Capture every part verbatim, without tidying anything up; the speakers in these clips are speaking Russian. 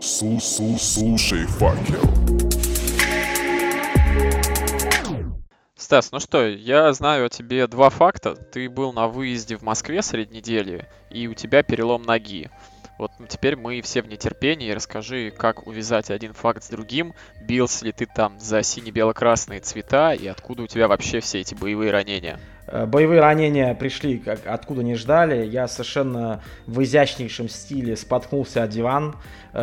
Слушай, факел. Стас, ну что, я знаю о тебе два факта. Ты был на выезде в Москве среди недели, и у тебя перелом ноги. Вот ну, теперь мы все в нетерпении. Расскажи, как увязать один факт с другим. Бился ли ты там за сине-бело-красные цвета, и откуда у тебя вообще все эти боевые ранения? Боевые ранения пришли как, откуда не ждали. Я совершенно в изящнейшем стиле споткнулся о диван.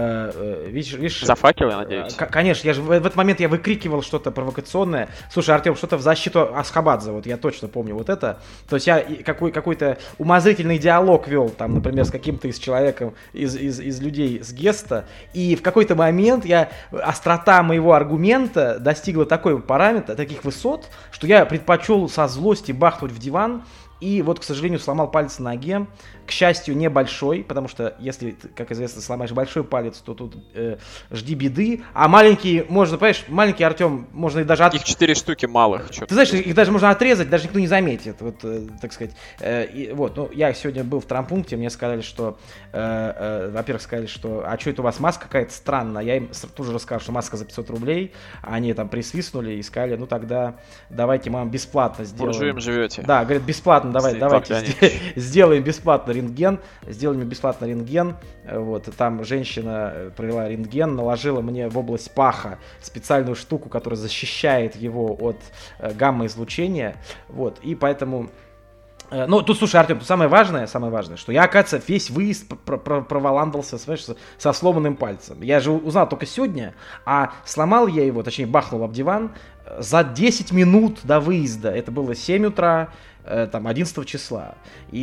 Видишь, видишь, За факел, я надеюсь? К- конечно, я же в, в этот момент я выкрикивал что-то провокационное. Слушай, Артем, что-то в защиту Асхабадзе, вот я точно помню вот это. То есть я какой, какой-то умозрительный диалог вел, там, например, с каким-то из человеком, из, из, из людей с Геста. И в какой-то момент я, острота моего аргумента достигла такой параметра, таких высот, что я предпочел со злости бахнуть в диван. И вот, к сожалению, сломал палец на ноге. К счастью, небольшой, потому что если, как известно, сломаешь большой палец, то тут э, жди беды. А маленький, можно, понимаешь, маленький, Артем, можно и даже... От... Их четыре штуки малых. Ты знаешь, их даже можно отрезать, даже никто не заметит. Вот, э, так сказать. Э, и, вот, ну, я сегодня был в травмпункте, мне сказали, что... Э, э, во-первых, сказали, что... А что это у вас маска какая-то странная? Я им тоже рассказал, что маска за пятьсот рублей. Они там присвистнули и сказали, ну тогда давайте мы вам бесплатно сделаем. Буржуем живете. Да, говорят, бесплатно, давай, давайте сделаем бесплатно рентген, сделали мне бесплатно рентген, вот, там женщина провела рентген, наложила мне в область паха специальную штуку, которая защищает его от э, гамма-излучения, вот, и поэтому... Э, ну, тут, слушай, Артем, тут самое важное, самое важное, что я, оказывается, весь выезд проволандался, знаешь, со сломанным пальцем. Я же узнал только сегодня, а сломал я его, точнее, бахнул об диван за десять минут до выезда, это было семь утра, там, одиннадцатого числа.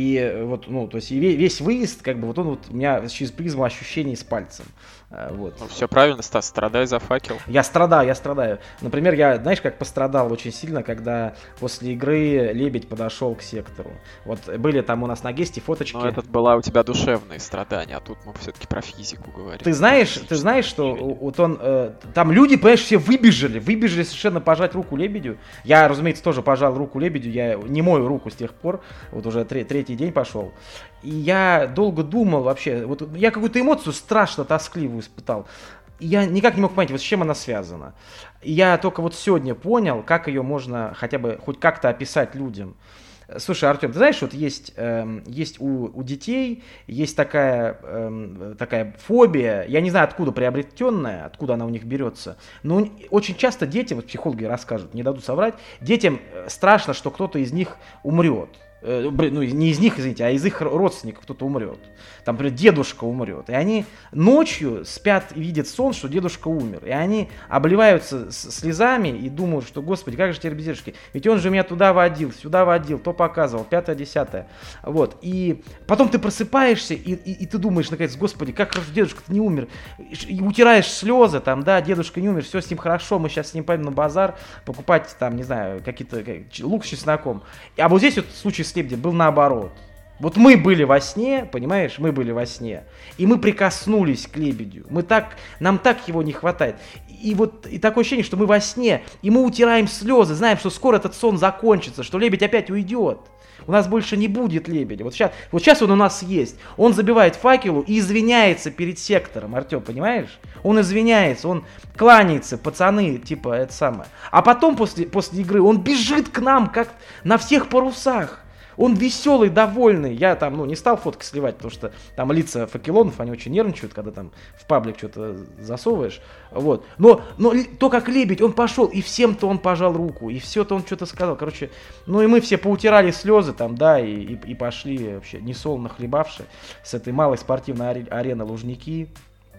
И вот, ну, то есть весь выезд, как бы, вот он вот у меня через призму ощущений с пальцем. Вот. Ну, все правильно, Стас, страдай за факел. Я страдаю, я страдаю. Например, я, знаешь, как пострадал очень сильно, когда после игры Лебедь подошел к сектору. Вот были там у нас на Гесте фоточки. Но это была у тебя душевные страдания, а тут мы все-таки про физику говорим. Ты знаешь, ты знаешь, что вот он, э, там люди, понимаешь, все выбежали, выбежали совершенно пожать руку Лебедю. Я, разумеется, тоже пожал руку Лебедю, я не мою руку с тех пор, вот уже тре- третий день пошел. И я долго думал вообще, вот я какую-то эмоцию страшно тоскливую испытал. И я никак не мог понять, вот с чем она связана. И я только вот сегодня понял, как ее можно хотя бы хоть как-то описать людям. Слушай, Артем, ты знаешь, вот есть, э, есть у, у детей есть такая, э, такая фобия, я не знаю, откуда приобретенная, откуда она у них берется, но очень часто дети, вот психологи расскажут, не дадут соврать, детям страшно, что кто-то из них умрет. Ну, не из них, извините, а из их родственников кто-то умрет. Там, например, дедушка умрет. И они ночью спят и видят сон, что дедушка умер. И они обливаются слезами и думают, что, господи, как же теперь без дедушки? Ведь он же меня туда водил, сюда водил, то показывал, пятое, десятое. Вот. И потом ты просыпаешься, и, и, и ты думаешь, наконец, господи, как же дедушка-то не умер? И утираешь слезы, там, да, дедушка не умер, все с ним хорошо, мы сейчас с ним пойдем на базар покупать, там, не знаю, какие-то лук с чесноком. А вот здесь вот случай с Лебедем был наоборот. Вот мы были во сне, понимаешь, мы были во сне, и мы прикоснулись к Лебедю. Мы так, нам так его не хватает. И вот и такое ощущение, что мы во сне, и мы утираем слезы, знаем, что скоро этот сон закончится, что Лебедь опять уйдет. У нас больше не будет Лебедя. Вот сейчас, вот сейчас он у нас есть. Он забивает факелу и извиняется перед сектором, Артем, понимаешь? Он извиняется, он кланяется, пацаны, типа, это самое. А потом, после, после игры, он бежит к нам, как на всех парусах. Он веселый, довольный. Я там, ну, не стал фотки сливать, потому что там лица факелонов, они очень нервничают, когда там в паблик что-то засовываешь. Вот. Но, но то, как Лебедь, он пошел, и всем-то он пожал руку, и все-то он что-то сказал. Короче, ну и мы все поутирали слезы там, да, и, и, и пошли вообще несолоно хлебавши с этой малой спортивной арены Лужники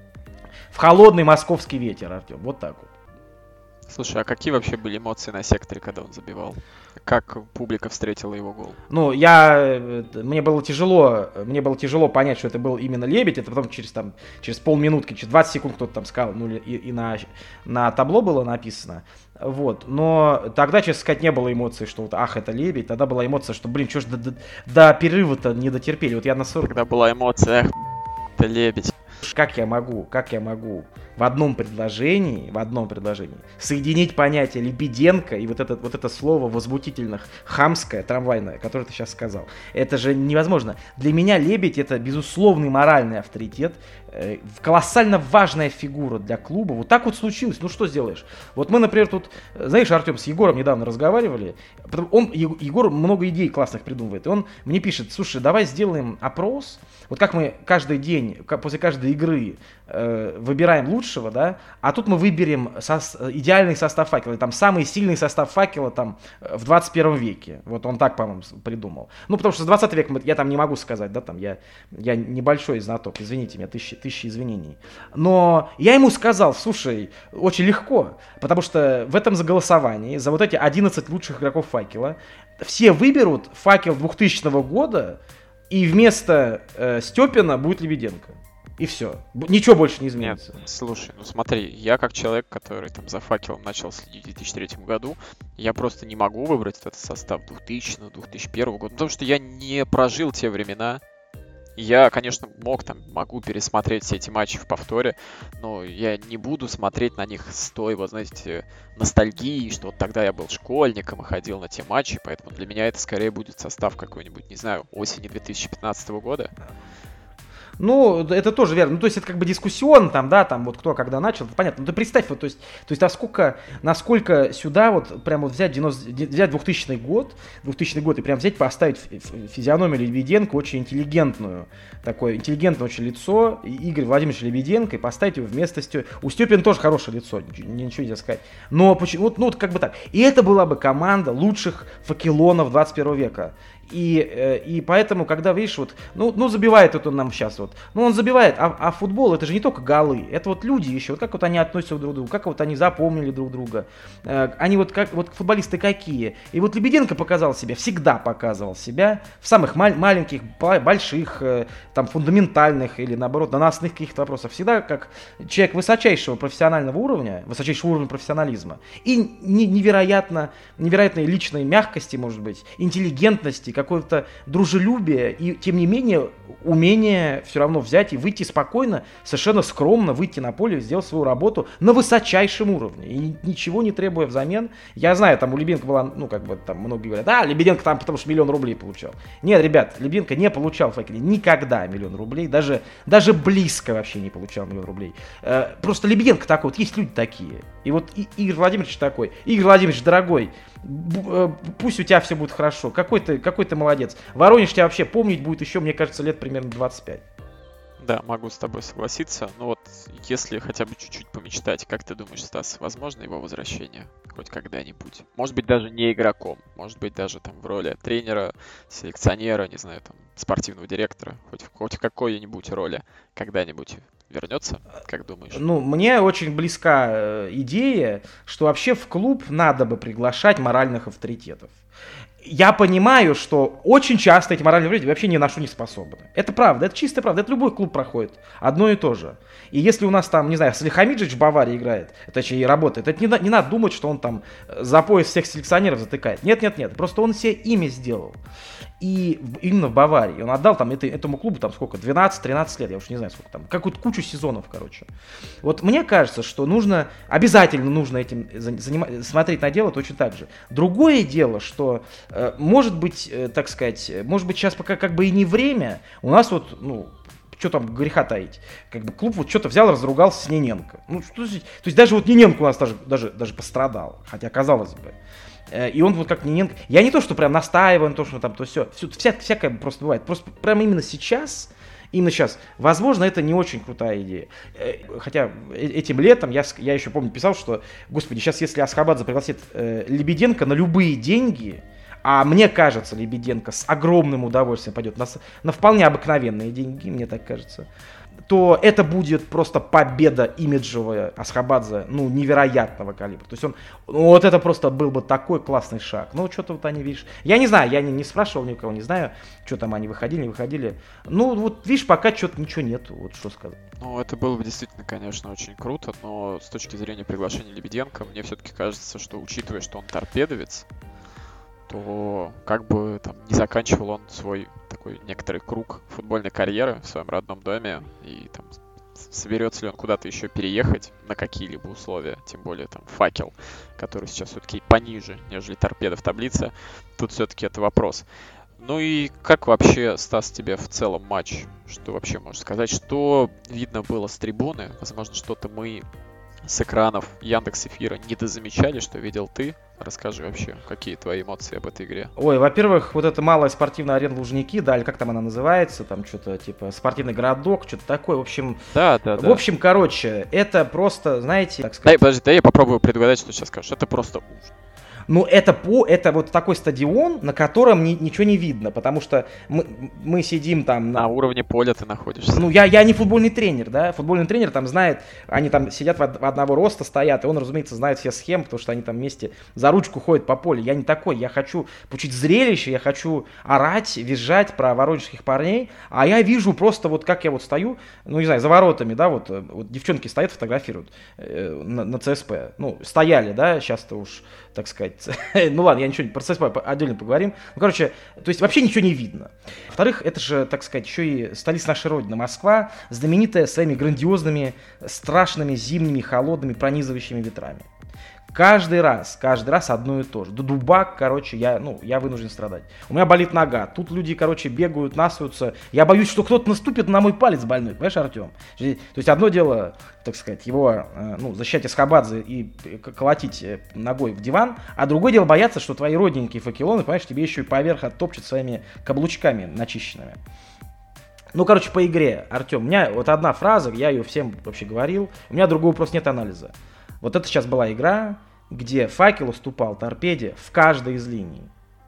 в холодный московский ветер, Артем. Вот так вот. Слушай, а какие вообще были эмоции на секторе, когда он забивал? Как публика встретила его гол? Ну, я... Мне было тяжело, мне было тяжело понять, что это был именно Лебедь. Это потом через, там, через полминутки, через двадцать секунд кто-то там сказал, ну, и, и на, на табло было написано. Вот. Но тогда, честно сказать, не было эмоций, что вот, ах, это Лебедь. Тогда была эмоция, что, блин, что ж до, до, до перерыва-то не дотерпели. Вот я на сорок... Тогда была эмоция, эх, это Лебедь. Как я могу, как я могу в одном предложении, в одном предложении соединить понятие Лебеденко и вот это, вот это слово возмутительных, хамское, трамвайное, которое ты сейчас сказал. Это же невозможно. Для меня Лебедь — это безусловный моральный авторитет, э, колоссально важная фигура для клуба. Вот так вот случилось. Ну что сделаешь? Вот мы, например, тут, знаешь, Артем, с Егором недавно разговаривали. Он, Егор много идей классных придумывает. И он мне пишет: слушай, давай сделаем опрос. Вот как мы каждый день, после каждой игры э, выбираем лучшего, да, а тут мы выберем со, идеальный состав факела, там самый сильный состав факела там в двадцать первом веке. Вот он так, по-моему, придумал. Ну, потому что с двадцатого века я там не могу сказать, да, там я, я небольшой знаток, извините меня, тысячи, тысячи извинений. Но я ему сказал: слушай, очень легко, потому что в этом заголосовании за вот эти одиннадцать лучших игроков факела все выберут факел двухтысячного года, и вместо э, Степина будет Лебеденко. И все. Ничего больше не изменится. Нет, слушай, ну смотри, я как человек, который там за факелом начал следить в две тысячи третьем году, я просто не могу выбрать этот состав двухтысячного, две тысячи первого года, потому что я не прожил те времена. Я, конечно, мог там, могу пересмотреть все эти матчи в повторе, но я не буду смотреть на них с той, вот знаете, ностальгией, что вот тогда я был школьником и ходил на те матчи, поэтому для меня это скорее будет состав какой-нибудь, не знаю, осени две тысячи пятнадцатого года. Ну, это тоже верно. Ну, то есть это как бы дискуссион, там, да, там, вот кто когда начал, это понятно. Ну, ты представь, вот, то есть, то есть насколько, насколько сюда вот прям вот взять, девяносто, взять двухтысячный год, двухтысячный год и прям взять, поставить физиономию Лебеденко очень интеллигентную, такое интеллигентное очень лицо, Игорь Владимирович Лебеденко, и поставить его вместо Степина. У Степина тоже хорошее лицо, ничего, ничего нельзя сказать. Но почему, вот, ну, вот как бы так. И это была бы команда лучших факелонов двадцать первого века. И, э, и поэтому, когда, видишь, вот, ну, ну забивает это он нам сейчас, вот, ну он забивает, а, а футбол это же не только голы, это вот люди еще, вот как вот они относятся друг к другу, как вот они запомнили друг друга, э, они вот как, вот футболисты какие. И вот Лебеденко показал себя, всегда показывал себя в самых мал- маленьких, больших, э, там, фундаментальных или, наоборот, наносных каких-то вопросах, всегда как человек высочайшего профессионального уровня, высочайшего уровня профессионализма и не- невероятно, невероятной личной мягкости, может быть, интеллигентности, какое-то дружелюбие и, тем не менее, умение все равно взять и выйти спокойно, совершенно скромно выйти на поле, сделать свою работу на высочайшем уровне и ничего не требуя взамен. Я знаю, там у Лебеденко была, ну, как бы там многие говорят, да, Лебеденко там потому что миллион рублей получал. Нет, ребят, Лебеденко не получал в факеле никогда миллион рублей, даже, даже близко вообще не получал миллион рублей. Э, просто Лебеденко такой, вот есть люди такие. И вот и, Игорь Владимирович такой. Игорь Владимирович, дорогой, пусть у тебя все будет хорошо. Какой ты, какой ты молодец. Воронеж тебя вообще помнить будет еще, мне кажется, лет примерно двадцать пять. Да, могу с тобой согласиться. Ну вот, если хотя бы чуть-чуть помечтать, как ты думаешь, Стас, возможно его возвращение хоть когда-нибудь? Может быть, даже не игроком, может быть, даже там в роли тренера, селекционера, не знаю, там, спортивного директора, хоть, хоть в какой-нибудь роли когда-нибудь вернется, как думаешь? Ну, мне очень близка э, идея, что вообще в клуб надо бы приглашать моральных авторитетов. Я понимаю, что очень часто эти моральные авторитеты вообще ни на что не способны. Это правда, это чистая правда, это любой клуб проходит. Одно и то же. И если у нас там, не знаю, Салихамиджич в Баварии играет, точнее и работает, это не, не надо думать, что он там за пояс всех селекционеров затыкает. Нет-нет-нет, просто он себе имя сделал. И именно в Баварии. Он отдал там это, этому клубу там сколько, двенадцать-тринадцать лет, я уж не знаю сколько там, какую-то кучу сезонов, короче. Вот мне кажется, что нужно, обязательно нужно этим занимать, смотреть на дело точно так же. Другое дело, что э, может быть, э, так сказать, может быть сейчас пока как бы и не время, у нас вот, ну, что там греха таить, как бы клуб вот что-то взял, разругался с Ниненко. Ну, что, то есть даже вот Ниненко у нас даже, даже, даже пострадал, хотя казалось бы. И он вот как Ниненко. Я не то, что прям настаиваю на то, что там то все. Вся, всякое просто бывает. Просто прямо именно сейчас, именно сейчас, возможно, это не очень крутая идея. Хотя этим летом я, я еще помню писал, что, господи, сейчас если Асхабадзе пригласит э, Лебеденко на любые деньги, а мне кажется, Лебеденко с огромным удовольствием пойдет на, на вполне обыкновенные деньги, мне так кажется, то это будет просто победа имиджевая Асхабадзе, ну, невероятного калибра. То есть он, ну, вот это просто был бы такой классный шаг. Ну, что-то вот они, видишь, я не знаю, я не, не спрашивал никого, не знаю, что там они выходили, не выходили. Ну, вот, видишь, пока что-то ничего нету, вот что сказать. Ну, это было бы действительно, конечно, очень круто, но с точки зрения приглашения Лебеденко, мне все-таки кажется, что, учитывая, что он торпедовец, то как бы там не заканчивал он свой такой некоторый круг футбольной карьеры в своем родном доме и там соберется ли он куда-то еще переехать на какие-либо условия, тем более там Факел, который сейчас все-таки пониже, нежели Торпеда в таблице, тут все-таки это вопрос. Ну и как вообще, Стас, тебе в целом матч? Что вообще можешь сказать? Что видно было с трибуны? Возможно, что-то мы с экранов Яндекс.Эфира недозамечали, что видел ты. Расскажи вообще, какие твои эмоции об этой игре? Ой, во-первых, вот эта малая спортивная арена Лужники, да, или как там она называется, там что-то типа спортивный городок, что-то такое, в общем... Да, да, в да. В общем, короче, это просто, знаете, так Дай, сказать... подожди, дай я попробую предугадать, что сейчас скажешь. Это просто ужас. Ну, это, по, это вот такой стадион, на котором ни, ничего не видно, потому что мы, мы сидим там... На... на уровне поля ты находишься. Ну, я, я не футбольный тренер, да, футбольный тренер там знает, они там сидят в, од- в одного роста, стоят, и он, разумеется, знает все схемы, потому что они там вместе за ручку ходят по полю. Я не такой, я хочу получить зрелище, я хочу орать, визжать про воронежских парней, а я вижу просто вот как я вот стою, ну, не знаю, за воротами, да, вот, вот девчонки стоят, фотографируют э, на, на ЦСП, ну, стояли, да, сейчас-то уж, так сказать, ну ладно, я ничего не про ЦСП отдельно поговорим. Ну, короче, то есть вообще ничего не видно. Во-вторых, это же, так сказать, еще и столица нашей Родины, Москва, знаменитая своими грандиозными, страшными, зимними, холодными, пронизывающими ветрами. Каждый раз, каждый раз одно и то же. До дубак, короче, я, ну, я вынужден страдать. У меня болит нога. Тут люди, короче, бегают, насаются. Я боюсь, что кто-то наступит на мой палец больной. Понимаешь, Артем? То есть одно дело, так сказать, его, ну, защищать Асхабадзе и колотить ногой в диван, а другое дело бояться, что твои родненькие факелоны, понимаешь, тебе еще и поверх оттопчут своими каблучками начищенными. Ну, короче, по игре, Артем, у меня вот одна фраза, я ее всем вообще говорил, у меня другого просто нет анализа. Вот это сейчас была игра, где Факел уступал Торпеде в каждой из линий.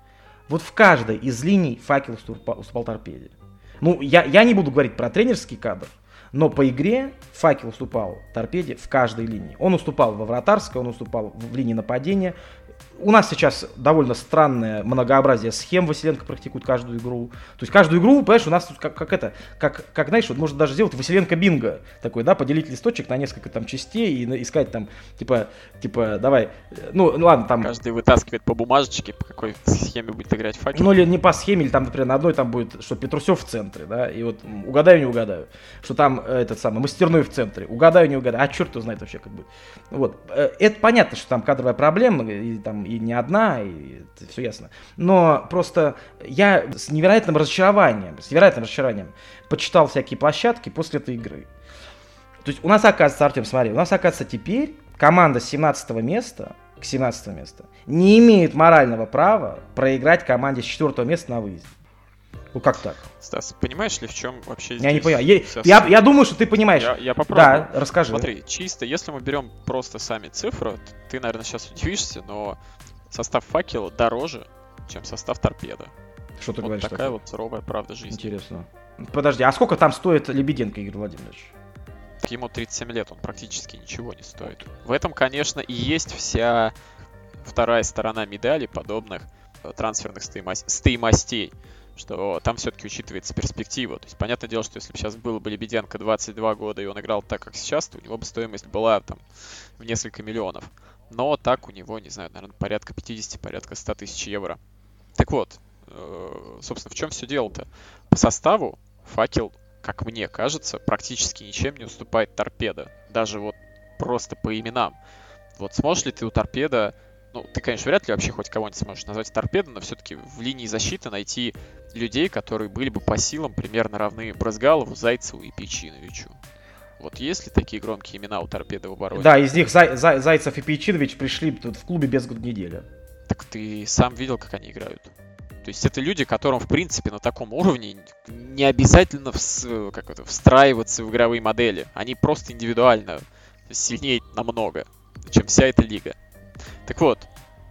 Вот в каждой из линий Факел уступал, уступал Торпеде. Ну, я, я не буду говорить про тренерский кадр, но по игре Факел уступал Торпеде в каждой линии. Он уступал во вратарской, он уступал в линии нападения. У нас сейчас довольно странное многообразие схем. Василенко практикует каждую игру. То есть каждую игру, понимаешь, у нас тут как, как это, как, как, знаешь, вот можно даже сделать Василенко бинго. Такой, да, поделить листочек на несколько там частей и искать там, типа, типа, давай, ну, ладно, там... Каждый вытаскивает по бумажечке, по какой схеме будет играть Факел. Ну, или не по схеме, или там, например, на одной там будет, что Петрусев в центре, да, и вот угадаю, не угадаю. Что там этот самый Мастерной в центре, угадаю, не угадаю. А черт его знает вообще, как будет. Вот, это понятно, что там кадровая проблема, и там и не одна, и это все ясно. Но просто я с невероятным разочарованием, с невероятным разочарованием почитал всякие площадки после этой игры. То есть у нас, оказывается, Артем, смотри, у нас, оказывается, теперь команда с семнадцатого места к семнадцатому месту не имеет морального права проиграть команде с четвертого места на выезде. Ну как так? Стас, понимаешь ли, в чем вообще здесь? Я не понимаю. Я, я, я думаю, что ты понимаешь. Я, я попробую. Да, расскажи. Смотри, чисто, если мы берем просто сами цифры, ты, наверное, сейчас удивишься, но состав Факела дороже, чем состав Торпеда. Что ты вот говоришь? Такая такое? вот суровая правда жизни. Интересно. Подожди, а сколько там стоит Лебеденко, Игорь Владимирович? Ему тридцать семь лет, он практически ничего не стоит. В этом, конечно, и есть вся вторая сторона медали подобных трансферных стоимостей, что там все-таки учитывается перспектива. То есть, понятное дело, что если бы сейчас было бы Лебеденко двадцать два года, и он играл так, как сейчас, то у него бы стоимость была там в несколько миллионов. Но так у него, не знаю, наверное, порядка пятьдесят, порядка сто тысяч евро. Так вот, собственно, в чем все дело-то? По составу Факел, как мне кажется, практически ничем не уступает Торпедо. Даже вот просто по именам. Вот сможешь ли ты у Торпедо... Ну, ты, конечно, вряд ли вообще хоть кого-нибудь сможешь назвать Торпедо, но все-таки в линии защиты найти людей, которые были бы по силам примерно равны Брызгалову, Зайцеву и Пейчиновичу. Вот есть ли такие громкие имена у Торпедо в обороне? Да, из них Зай- Зай- Зайцев и Пейчинович пришли тут в клубе без года недели. Так ты сам видел, как они играют. То есть это люди, которым, в принципе, на таком уровне не обязательно вс... как это, встраиваться в игровые модели. Они просто индивидуально сильнее намного, чем вся эта лига. Так вот,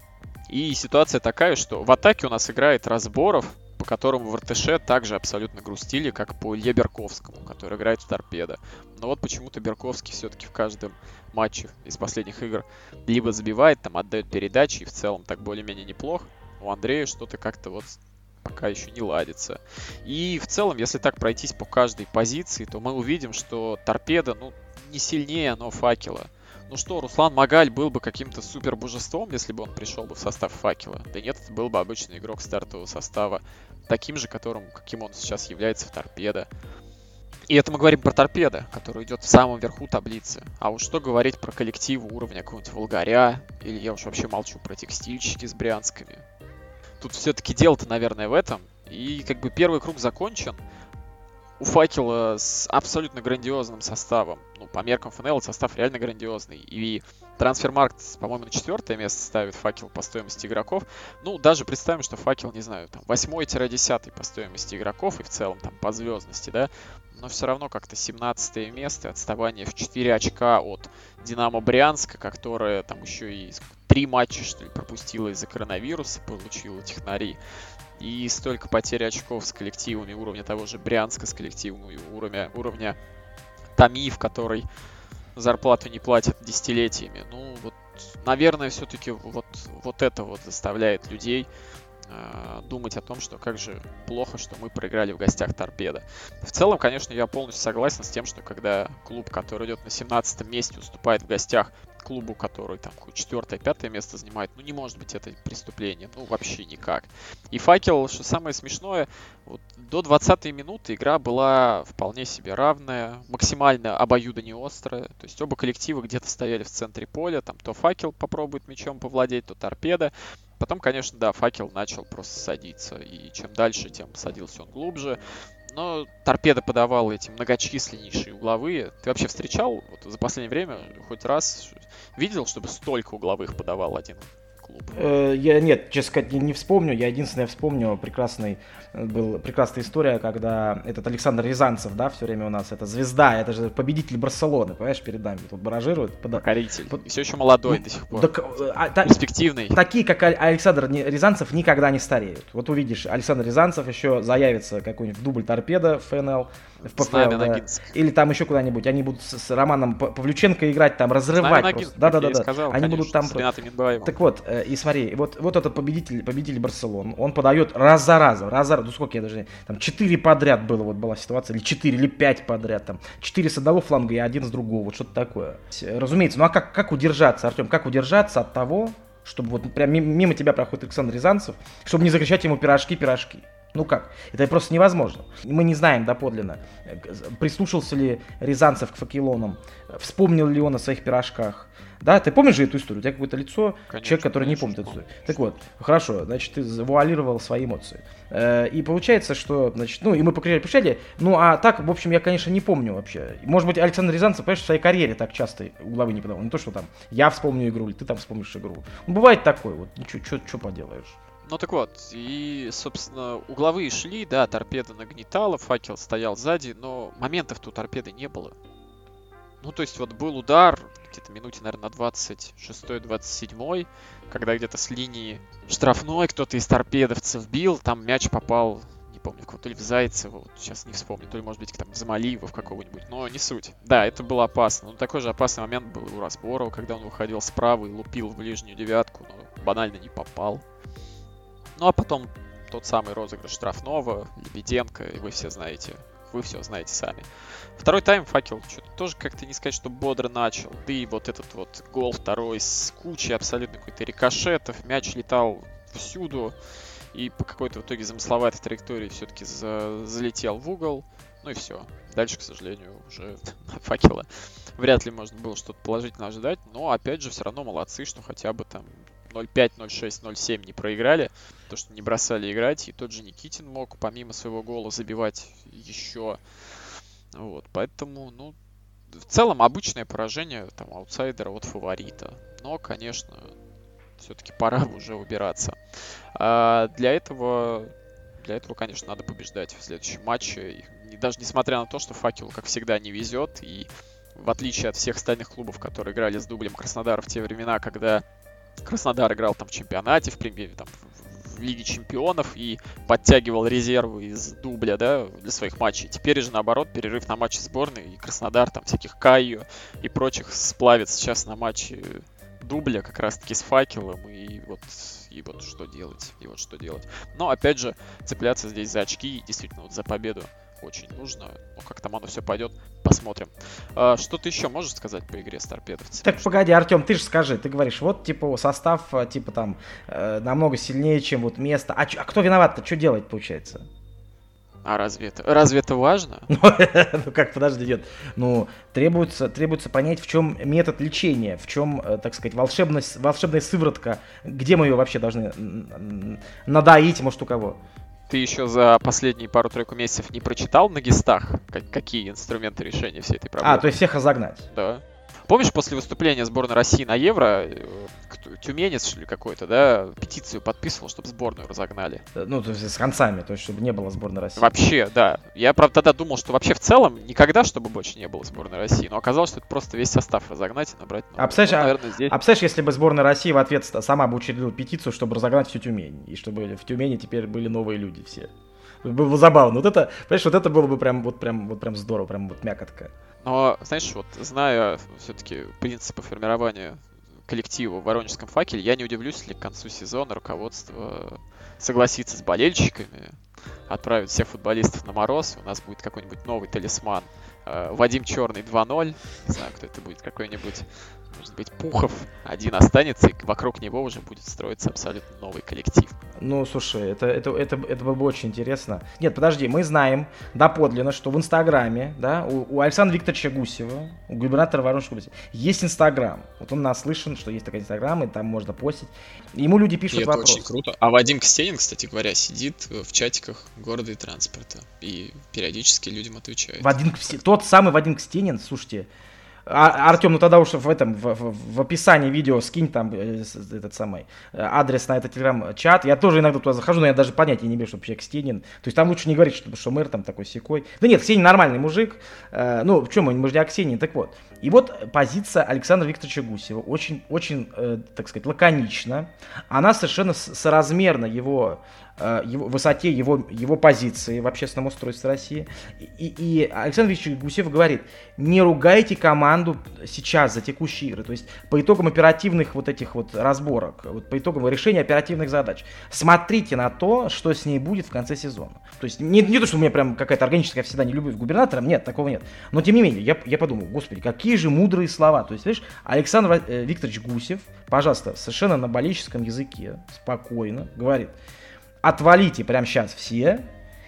и ситуация такая, что в атаке у нас играет Разборов, по которому в РТШ также абсолютно грустили, как по Илье Берковскому, который играет в Торпедо. Но вот почему-то Берковский все-таки в каждом матче из последних игр либо забивает, там отдает передачи, и в целом так более-менее неплохо. У Андрея что-то как-то вот пока еще не ладится. И в целом, если так пройтись по каждой позиции, то мы увидим, что Торпедо, ну, не сильнее, но Факела. Ну что, Руслан Магаль был бы каким-то супер божеством, если бы он пришел бы в состав Факела. Да нет, это был бы обычный игрок стартового состава, таким же, которым, каким он сейчас является в Торпедо. И это мы говорим про торпедо, который идет в самом верху таблицы. А уж что говорить про коллективы уровня какого-нибудь Волгаря, или я уж вообще молчу про текстильщики с Брянскими. Тут все-таки дело-то, наверное, в этом. И как бы первый круг закончен. У Факела с абсолютно грандиозным составом. Ну, по меркам эф эн эл состав реально грандиозный. И Трансфермаркт, по-моему, на четвертое место ставит Факел по стоимости игроков. Ну, даже представим, что Факел, не знаю, там восьмой-десятый по стоимости игроков и в целом там по звездности, да. Но все равно как-то семнадцатое место, отставание в четыре очка от Динамо Брянска, которая там еще и три матча, что ли, пропустила из-за коронавируса, получила технари. И столько потерь очков с коллективами уровня того же Брянска, с коллективами уровня, уровня Тамив, который зарплату не платит десятилетиями. Ну, вот, наверное, все-таки вот, вот это вот заставляет людей э, думать о том, что как же плохо, что мы проиграли в гостях Торпедо. В целом, конечно, я полностью согласен с тем, что когда клуб, который идет на семнадцатом месте, уступает в гостях клубу, который там четвертое-пятое место занимает, ну не может быть это преступление, ну вообще никак. И Факел, что самое смешное, вот до двадцатой минуты игра была вполне себе равная, максимально обоюдоострая, то есть оба коллектива где-то стояли в центре поля, там то Факел попробует мячом повладеть, то Торпедо. Потом, конечно, да, Факел начал просто садиться, и чем дальше, тем садился он глубже. Но Торпедо подавал эти многочисленнейшие угловые. Ты вообще встречал вот, за последнее время хоть раз видел, чтобы столько угловых подавал один клуб? Э, я нет, честно сказать, не, не вспомню. Я единственное вспомню прекрасный был прекрасная история, когда этот Александр Рязанцев, да, все время у нас это звезда, это же победитель Барселоны, понимаешь, перед нами тут баражирует. Пода... Покоритель. Под... И все еще молодой ну, до сих пор. Так, а, та... Перспективный. Такие, как Александр Рязанцев, никогда не стареют. Вот увидишь, Александр Рязанцев еще заявится какой-нибудь в дубль Торпедо в эф эн эл, в пэ эф эл, да. Или там еще куда-нибудь. Они будут с, с Романом Павлюченко играть, там разрывать просто. Да-да-да. Они конечно, будут там. Так вот, э, и смотри, вот, вот этот победитель, победитель Барселоны, он подает раз за разом, раз за разом. Ну сколько я даже, там четыре подряд было, вот была ситуация, или четыре, или пять подряд, там четыре с одного фланга и один с другого, вот что-то такое. Разумеется, ну а как, как удержаться, Артем, как удержаться от того, чтобы вот прям мимо тебя проходит Александр Рязанцев, чтобы не закричать ему пирожки, пирожки? Ну как? Это просто невозможно. Мы не знаем доподлинно, прислушался ли Рязанцев к факелонам, вспомнил ли он о своих пирожках. Да, ты помнишь же эту историю? У тебя какое-то лицо, конечно, человек, который конечно, не помнит эту историю. Так вот, хорошо, значит, ты завуалировал свои эмоции. И получается, что, значит, ну, и мы покричали, ну, а так, в общем, я, конечно, не помню вообще. Может быть, Александр Рязанцев, понимаешь, в своей карьере так часто угловые не подавал. Не то, что там я вспомню игру, или ты там вспомнишь игру. Ну, бывает такое, вот, ничего, что поделаешь. Ну так вот, и, собственно, угловые шли, да, Торпедо нагнетало, Факел стоял сзади, но моментов-то у Торпедо не было. Ну, то есть вот был удар, где-то минуте, наверное, на двадцать шестой двадцать седьмой, когда где-то с линии штрафной кто-то из торпедовцев бил, там мяч попал, не помню, кого, то ли в Зайцева, вот сейчас не вспомню, то ли, может быть, там в Замалиева в какого-нибудь, но не суть. Да, это было опасно. Но такой же опасный момент был у Разборова, когда он выходил справа и лупил в ближнюю девятку, но банально не попал. Ну, а потом тот самый розыгрыш штрафного, Лебеденко, и вы все знаете. Вы все знаете сами. Второй тайм Факел что-то тоже как-то не сказать, что бодро начал. Да и вот этот вот гол второй с кучей абсолютно какой-то рикошетов. Мяч летал всюду. И по какой-то в итоге замысловатой траектории все-таки за- залетел в угол. Ну и все. Дальше, к сожалению, уже Факела вряд ли можно было что-то положительно ожидать. Но опять же, все равно молодцы, что хотя бы там ноль пять, ноль шесть, ноль семь не проиграли, то что не бросали играть, и тот же Никитин мог помимо своего гола забивать еще. Вот, поэтому, ну, в целом обычное поражение там аутсайдера от фаворита. Но, конечно, все-таки пора уже убираться. А для этого, для этого, конечно, надо побеждать в следующем матче. И даже несмотря на то, что Факелу, как всегда, не везет, и в отличие от всех остальных клубов, которые играли с дублем Краснодара в те времена, когда Краснодар играл там в чемпионате, в премьере, там, в, в Лиге чемпионов и подтягивал резервы из дубля, да, для своих матчей. Теперь же, наоборот, перерыв на матчи сборной, и Краснодар, там, всяких Кайо и прочих сплавит сейчас на матчи дубля, как раз-таки с Факелом, и вот, и вот что делать, и вот что делать. Но, опять же, цепляться здесь за очки, и действительно, вот за победу очень нужно. Ну, как там оно все пойдет, посмотрим. А, что ты еще можешь сказать по игре с торпедовцами? Так, погоди, Артем, ты же скажи, ты говоришь, вот, типа, состав, типа, там, э, намного сильнее, чем вот место. А, ч- а кто виноват-то? Что делать, получается? А разве это, разве это важно? Ну как, подожди, нет. Ну, требуется, требуется понять, в чем метод лечения, в чем, так сказать, волшебность, волшебная сыворотка, где мы ее вообще должны надоить, может, у кого. Ты еще за последние пару-тройку месяцев не прочитал на гистах, как, какие инструменты решения всей этой проблемы? А, то есть всех разогнать. Да. Помнишь, после выступления сборной России на Евро, тюменец, что ли, какой-то, да, петицию подписывал, чтобы сборную разогнали? Ну, то есть с концами, то есть чтобы не было сборной России. Вообще, да. Я, правда, тогда думал, что вообще в целом никогда, чтобы больше не было сборной России, но оказалось, что это просто весь состав разогнать и набрать новый. А представляешь, вот, наверное, здесь... а представляешь, если бы сборная России в ответ сама бы учредила петицию, чтобы разогнать всю Тюмень, и чтобы в Тюмени теперь были новые люди все. Было бы забавно. Вот это, понимаешь, вот это было бы прям, вот прям, вот прям здорово, прям вот мякотка. Но, знаешь, вот зная все-таки принципы формирования коллектива в Воронежском факеле, я не удивлюсь, если к концу сезона руководство согласится с болельщиками, отправит всех футболистов на мороз, у нас будет какой-нибудь новый талисман. Вадим Черный два ноль, не знаю, кто это будет, какой-нибудь, может быть, Пухов один останется, и вокруг него уже будет строиться абсолютно новый коллектив. Ну, слушай, это, это, это, это было бы очень интересно. Нет, подожди, мы знаем доподлинно, что в Инстаграме, да, у, у Александра Викторовича Гусева, у губернатора Воронежской области, есть Инстаграм. Вот он наслышан, что есть такой Инстаграм, и там можно постить. И ему люди пишут вопрос. Это очень круто. А Вадим Кстенин, кстати говоря, сидит в чатиках города и транспорта и периодически людям отвечает. Вадим, тот самый Вадим Кстенин, слушайте... А, Артем, ну тогда уж в этом в, в, в описании видео скинь там э, этот самый э, адрес на этот телеграм-чат. Я тоже иногда туда захожу, но я даже понятия не имею, что вообще Кстенин. То есть там лучше не говорить, что, что мэр там такой секой. Да нет, Кстенин нормальный мужик. Э, ну, в чем мы, мы же не о Кстенине, так вот. И вот позиция Александра Викторовича Гусева очень, очень, э, так сказать, лаконична. Она совершенно соразмерна его... его высоте его, его позиции в общественном устройстве России. И, и Александр Викторович Гусев говорит, не ругайте команду сейчас за текущие игры. То есть по итогам оперативных вот этих вот разборок, вот по итогам решения оперативных задач, смотрите на то, что с ней будет в конце сезона. То есть не, не то, что у меня прям какая-то органическая всегда не любовь к губернаторам, нет, такого нет. Но тем не менее, я, я подумал, господи, какие же мудрые слова. То есть, видишь, Александр Викторович Гусев, пожалуйста, совершенно на болельческом языке, спокойно говорит, отвалите прямо сейчас все.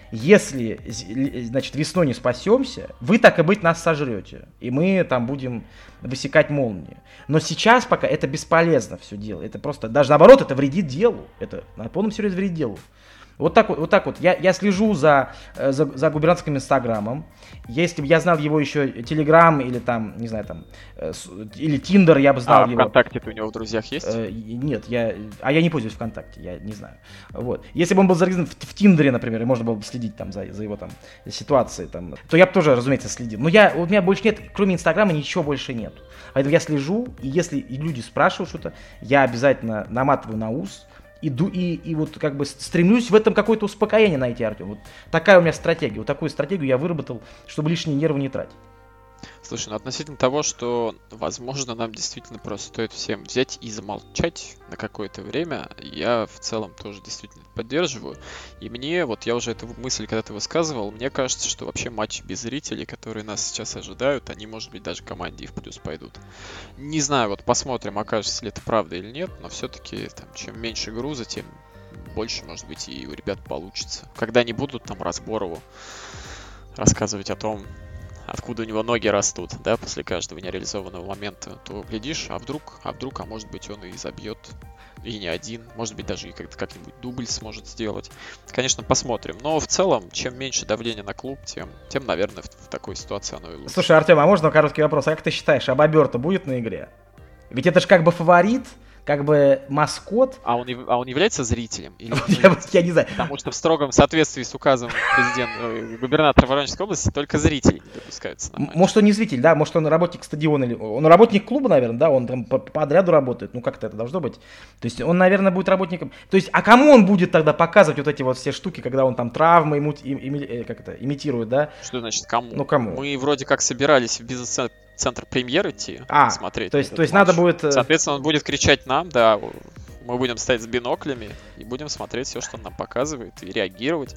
Если, значит, весной не спасемся, вы, так и быть, нас сожрете. И мы там будем высекать молнии. Но сейчас пока это бесполезно все дело. Это просто, даже наоборот, это вредит делу. Это на полном серьезе вредит делу. Вот так вот, вот так вот. Я, я слежу за, за, за губернаторским инстаграмом. Если бы я знал его еще телеграм или там, не знаю, там, э, или тиндер, я бы знал а его. А ВКонтакте-то у него в друзьях есть? Э, нет, я, а я не пользуюсь ВКонтакте, я не знаю. Вот. Если бы он был зарегистрирован в, в Тиндере, например, и можно было бы следить там за, за его там ситуацией, там, то я бы тоже, разумеется, следил. Но я, у меня больше нет, кроме инстаграма, ничего больше нет. Поэтому я слежу, и если люди спрашивают что-то, я обязательно наматываю на ус. Иду и, и вот как бы стремлюсь в этом какое-то успокоение найти, Артем. Вот такая у меня стратегия. Вот такую стратегию я выработал, чтобы лишние нервы не тратить. Слушай, ну относительно того, что, возможно, нам действительно просто стоит всем взять и замолчать на какое-то время, я в целом тоже действительно поддерживаю. И мне, вот я уже эту мысль когда-то высказывал, мне кажется, что вообще матчи без зрителей, которые нас сейчас ожидают, они, может быть, даже команде и в плюс пойдут. Не знаю, вот посмотрим, окажется ли это правда или нет, но все-таки там, чем меньше груза, тем больше, может быть, и у ребят получится. Когда не будут там Разборову рассказывать о том, откуда у него ноги растут, да, после каждого нереализованного момента, то глядишь, а вдруг, а вдруг, а может быть он и забьет, и не один, может быть даже и как- как-нибудь дубль сможет сделать. Конечно, посмотрим, но в целом, чем меньше давления на клуб, тем, тем наверное, в, в такой ситуации оно и лучше. Слушай, Артем, а можно короткий вопрос? А как ты считаешь, а Бобер-то будет на игре? Ведь это же как бы фаворит, как бы маскот. А он, а он является зрителем? Или я, я не знаю. Потому что в строгом соответствии с указом президента, губернатора Воронежской области только зрители не допускаются на матч. Может, он не зритель, да? Может, он работник стадиона, или он работник клуба, наверное, да? Он там по подряду работает. Ну, как-то это должно быть. То есть он, наверное, будет работником. То есть, а кому он будет тогда показывать вот эти вот все штуки, когда он там травмы ими, ими, как это, имитирует, да? Что значит кому? Ну, кому? Мы вроде как собирались в бизнес-центр центр премьер идти, а, смотреть. То есть, то есть надо будет... Соответственно, он будет кричать нам, да, мы будем стоять с биноклями и будем смотреть все, что он нам показывает, и реагировать.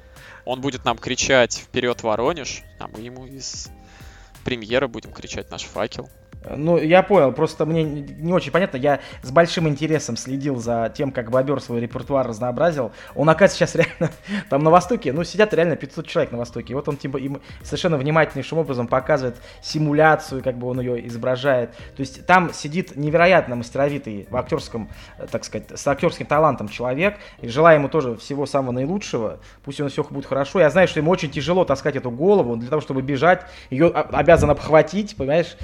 Он будет нам кричать «Вперед, Воронеж!», а мы ему из премьера будем кричать «Наш факел». Ну, я понял, просто мне не очень понятно. Я с большим интересом следил за тем, как Бобер свой репертуар разнообразил. Он, оказывается, сейчас реально там на Востоке, ну, сидят реально пятьсот человек на Востоке. И вот он типа им совершенно внимательнейшим образом показывает симуляцию, как бы он ее изображает. То есть там сидит невероятно мастеровитый в актерском, так сказать, с актерским талантом человек. И желаю ему тоже всего самого наилучшего. Пусть у него все будет хорошо. Я знаю, что ему очень тяжело таскать эту голову. Для того, чтобы бежать, ее обязан обхватить, понимаешь?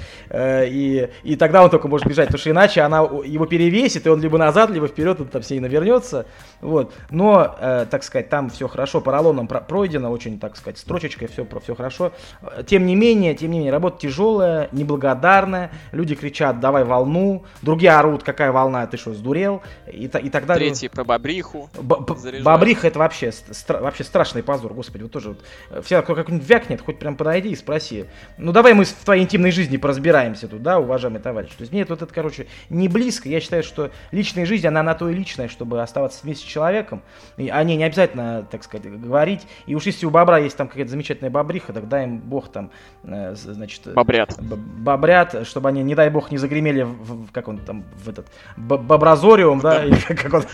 И, и тогда он только может бежать, потому что иначе она его перевесит, и он либо назад, либо вперед, он там сильно вернется. Вот. Но, э, так сказать, там все хорошо, поролоном пройдено, очень, так сказать, строчечкой, все, все хорошо. Тем не менее, тем не менее, работа тяжелая, неблагодарная, люди кричат «давай волну», другие орут «какая волна, ты что, сдурел?» и, и так далее. Третий про бобриху. Бобриха — это вообще, стра- вообще страшный позор, господи, вот тоже вот, все как-нибудь вякнет, хоть прям подойди и спроси. Ну давай мы в твоей интимной жизни поразбираемся тут, да, уважаемый товарищ. То есть мне вот это, короче, не близко. Я считаю, что личная жизнь, она на то и личная, чтобы оставаться вместе с человеком. И о ней не обязательно, так сказать, говорить. И уж если у бобра есть там какая-то замечательная бобриха, тогда им бог там, э, значит... Бобрят. Бобрят, чтобы они, не дай бог, не загремели в, в как он там, в этот, бобразориум, да, или как он...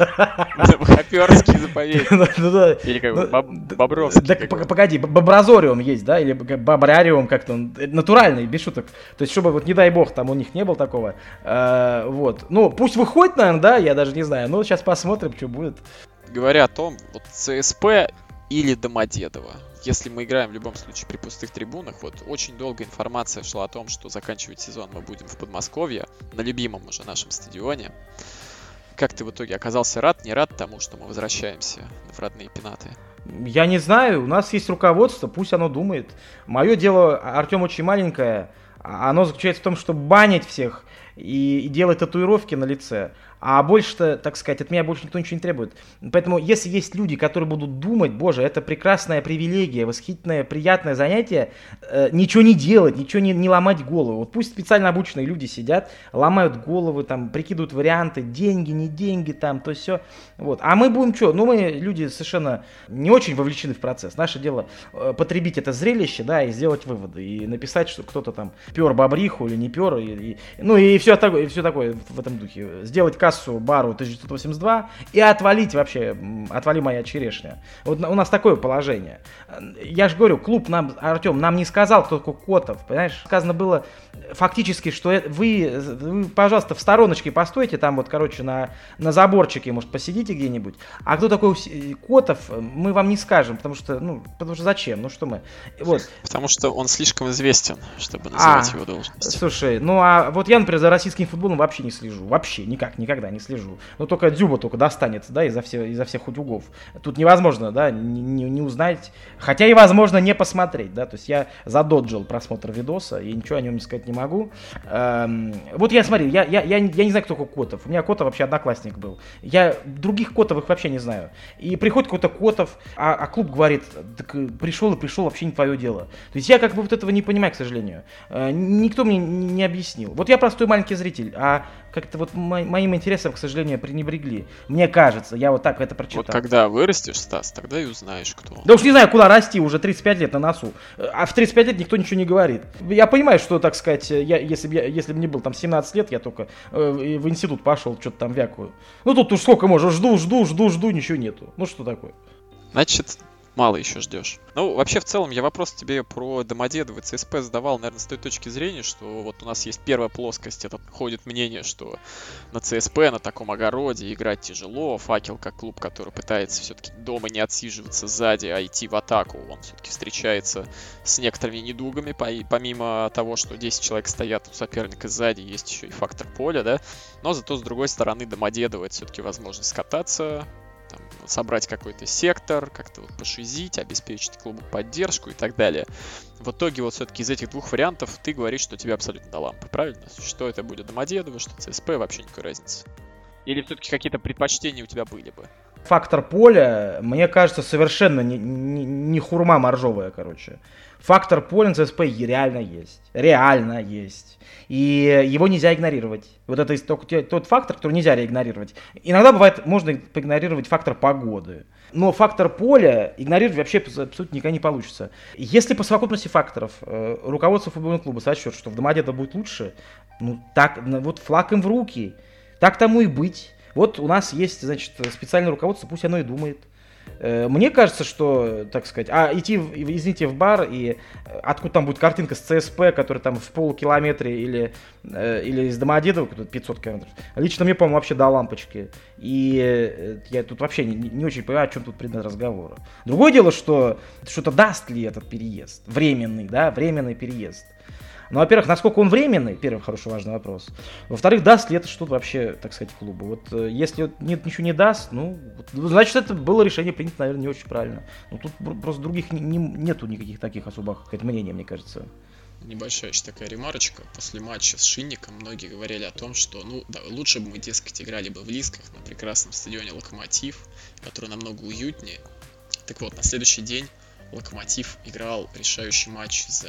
Хоперский заповедник. Или как Бобровский. Погоди, бобразориум есть, да, или бобрариум как-то, натуральный, без шуток. То есть, чтобы, вот не дай бог, там у них не было такого. Э, вот. Ну, пусть выходит, наверное, да, я даже не знаю. Но сейчас посмотрим, что будет. Говоря о том, вот ЦСП или Домодедово. Если мы играем в любом случае при пустых трибунах, вот очень долго информация шла о том, что заканчивать сезон мы будем в Подмосковье, на любимом уже нашем стадионе. Как ты в итоге оказался рад, не рад тому, что мы возвращаемся в родные пенаты? Я не знаю, у нас есть руководство, пусть оно думает. Мое дело, Артем, очень маленькое. Оно заключается в том, чтобы банить всех и, и делать татуировки на лице. А больше-то, так сказать, от меня больше никто ничего не требует. Поэтому, если есть люди, которые будут думать, боже, это прекрасная привилегия, восхитительное, приятное занятие, э, ничего не делать, ничего не, не ломать голову. Вот пусть специально обученные люди сидят, ломают головы, там, прикидывают варианты, деньги, не деньги, там, то все. Вот. А мы будем что? Ну, мы люди совершенно не очень вовлечены в процесс. Наше дело э, потребить это зрелище, да, и сделать выводы. И написать, что кто-то там пер бобриху или не пер. И, и, ну, и все такое, и все такое в этом духе. Сделать кассу бару тысяча девятьсот восемьдесят два и отвалить вообще, отвали моя черешня. Вот у нас такое положение. Я же говорю, клуб нам, Артем, нам не сказал, кто такой Котов, понимаешь? Сказано было фактически, что вы, вы, пожалуйста, в стороночке постойте, там вот, короче, на, на заборчике, может, посидите где-нибудь. А кто такой Котов, мы вам не скажем, потому что, ну, потому что зачем? Ну, что мы? Вот. Потому что он слишком известен, чтобы называть а, его должность. Слушай, ну, а вот я, например, за российским футболом вообще не слежу. Вообще, никак, никогда не слежу. Ну, только Дзюба только достанется, да, изо, все, изо всех утюгов. Тут невозможно, да, не, не, не узнать. Хотя и возможно не посмотреть, да. То есть я задоджил просмотр видоса и ничего о нем не сказать не могу. Эм, вот я, смотри, я, я, я, я не знаю, кто такой Котов. У меня Котов вообще одноклассник был. Я других Котовых вообще не знаю. И приходит какой-то Котов, а, а клуб говорит, так пришел и пришел, вообще не твое дело. То есть я как бы вот этого не понимаю, к сожалению. Э, никто мне не, не объяснил. Вот я простой маленький зритель, а как-то вот мо- моим интересам, к сожалению, пренебрегли. Мне кажется, я вот так это прочитал. Вот когда вырастешь, Стас, тогда и узнаешь, кто. Да уж не знаю, куда расти, уже тридцать пять лет на носу. А в тридцать пять лет никто ничего не говорит. Я понимаю, что, так сказать, я, если бы я, если бы мне было там семнадцать лет, я только э, в институт пошел, что-то там вякую. Ну тут уж сколько можно, жду, жду, жду, жду, ничего нету. Ну что такое? Значит, мало еще ждешь. Ну, вообще, в целом, я вопрос тебе про Домодедово и ЦСП задавал, наверное, с той точки зрения, что вот у нас есть первая плоскость, это ходит мнение, что на ЦСП, на таком огороде играть тяжело, Факел, как клуб, который пытается все-таки дома не отсиживаться сзади, а идти в атаку, он все-таки встречается с некоторыми недугами, помимо того, что десять человек стоят у соперника сзади, есть еще и фактор поля, да, но зато, с другой стороны, Домодедово это все-таки возможность скататься, там, собрать какой-то сектор, как-то вот пошизить, обеспечить клубу поддержку и так далее. В итоге вот все-таки из этих двух вариантов ты говоришь, что тебе абсолютно до лампы, правильно? Что это будет Домодедово, что ЦСП, вообще никакой разницы. Или все-таки какие-то предпочтения у тебя были бы? Фактор поля, мне кажется, совершенно не, не, не хурма моржовая, короче. Фактор поля на ЦСП реально есть. Реально есть. И его нельзя игнорировать. Вот это только тот фактор, который нельзя игнорировать. Иногда бывает, можно поигнорировать фактор погоды. Но фактор поля игнорировать вообще абсолютно никогда не получится. Если по совокупности факторов руководство футбольного клуба сочтет, что в Домодедово будет лучше, Ну, так, ну, вот флаг им в руки. Так тому и быть. Вот у нас есть, значит, специальное руководство, пусть оно и думает. Мне кажется, что, так сказать, а идти, извините, в бар, и откуда там будет картинка с ЦСП, который там в полукилометре, или, или из Домодедова, пятьсот километров, лично мне, по-моему, вообще до лампочки. И я тут вообще не, не очень понимаю, о чем тут предмет разговора. Другое дело, что что-то даст ли этот переезд, временный, да, временный переезд. Ну, во-первых, насколько он временный, первый хороший важный вопрос. Во-вторых, даст ли это что-то вообще, так сказать, клубу. Вот э, если нет, ничего не даст, ну, вот, значит, это было решение принято, наверное, не очень правильно. Ну, тут просто других не, не, нету никаких таких особых мнений, мне кажется. Небольшая еще такая ремарочка. После матча с Шинником многие говорили о том, что, ну, да, лучше бы мы, дескать, играли бы в Лисках на прекрасном стадионе «Локомотив», который намного уютнее. Так вот, на следующий день «Локомотив» играл решающий матч за...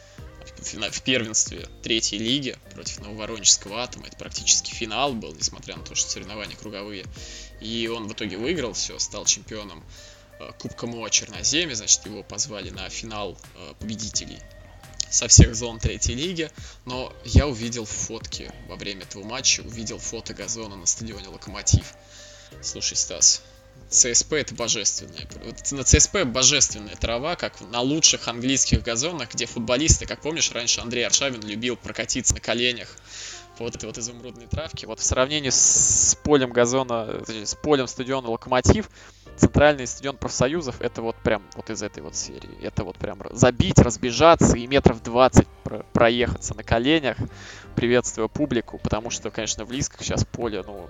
в первенстве третьей лиги против Нововоронежского Атома. Это практически финал был, несмотря на то, что соревнования круговые. И он в итоге выиграл все, стал чемпионом Кубка МОА Черноземья. Значит, его позвали на финал победителей со всех зон третьей лиги. Но я увидел фотки во время этого матча, увидел фото газона на стадионе «Локомотив». Слушай, Стас, ЦСП это божественная. На ЦСП божественная трава, как на лучших английских газонах, где футболисты, как помнишь, раньше Андрей Аршавин любил прокатиться на коленях по вот этой вот изумрудной травке. Вот в сравнении с полем газона, с полем стадиона «Локомотив», центральный стадион профсоюзов, это вот прям вот из этой вот серии. Это вот прям забить, разбежаться и метров двадцать про- проехаться на коленях, приветствуя публику, потому что, конечно, в Лисках сейчас поле, ну...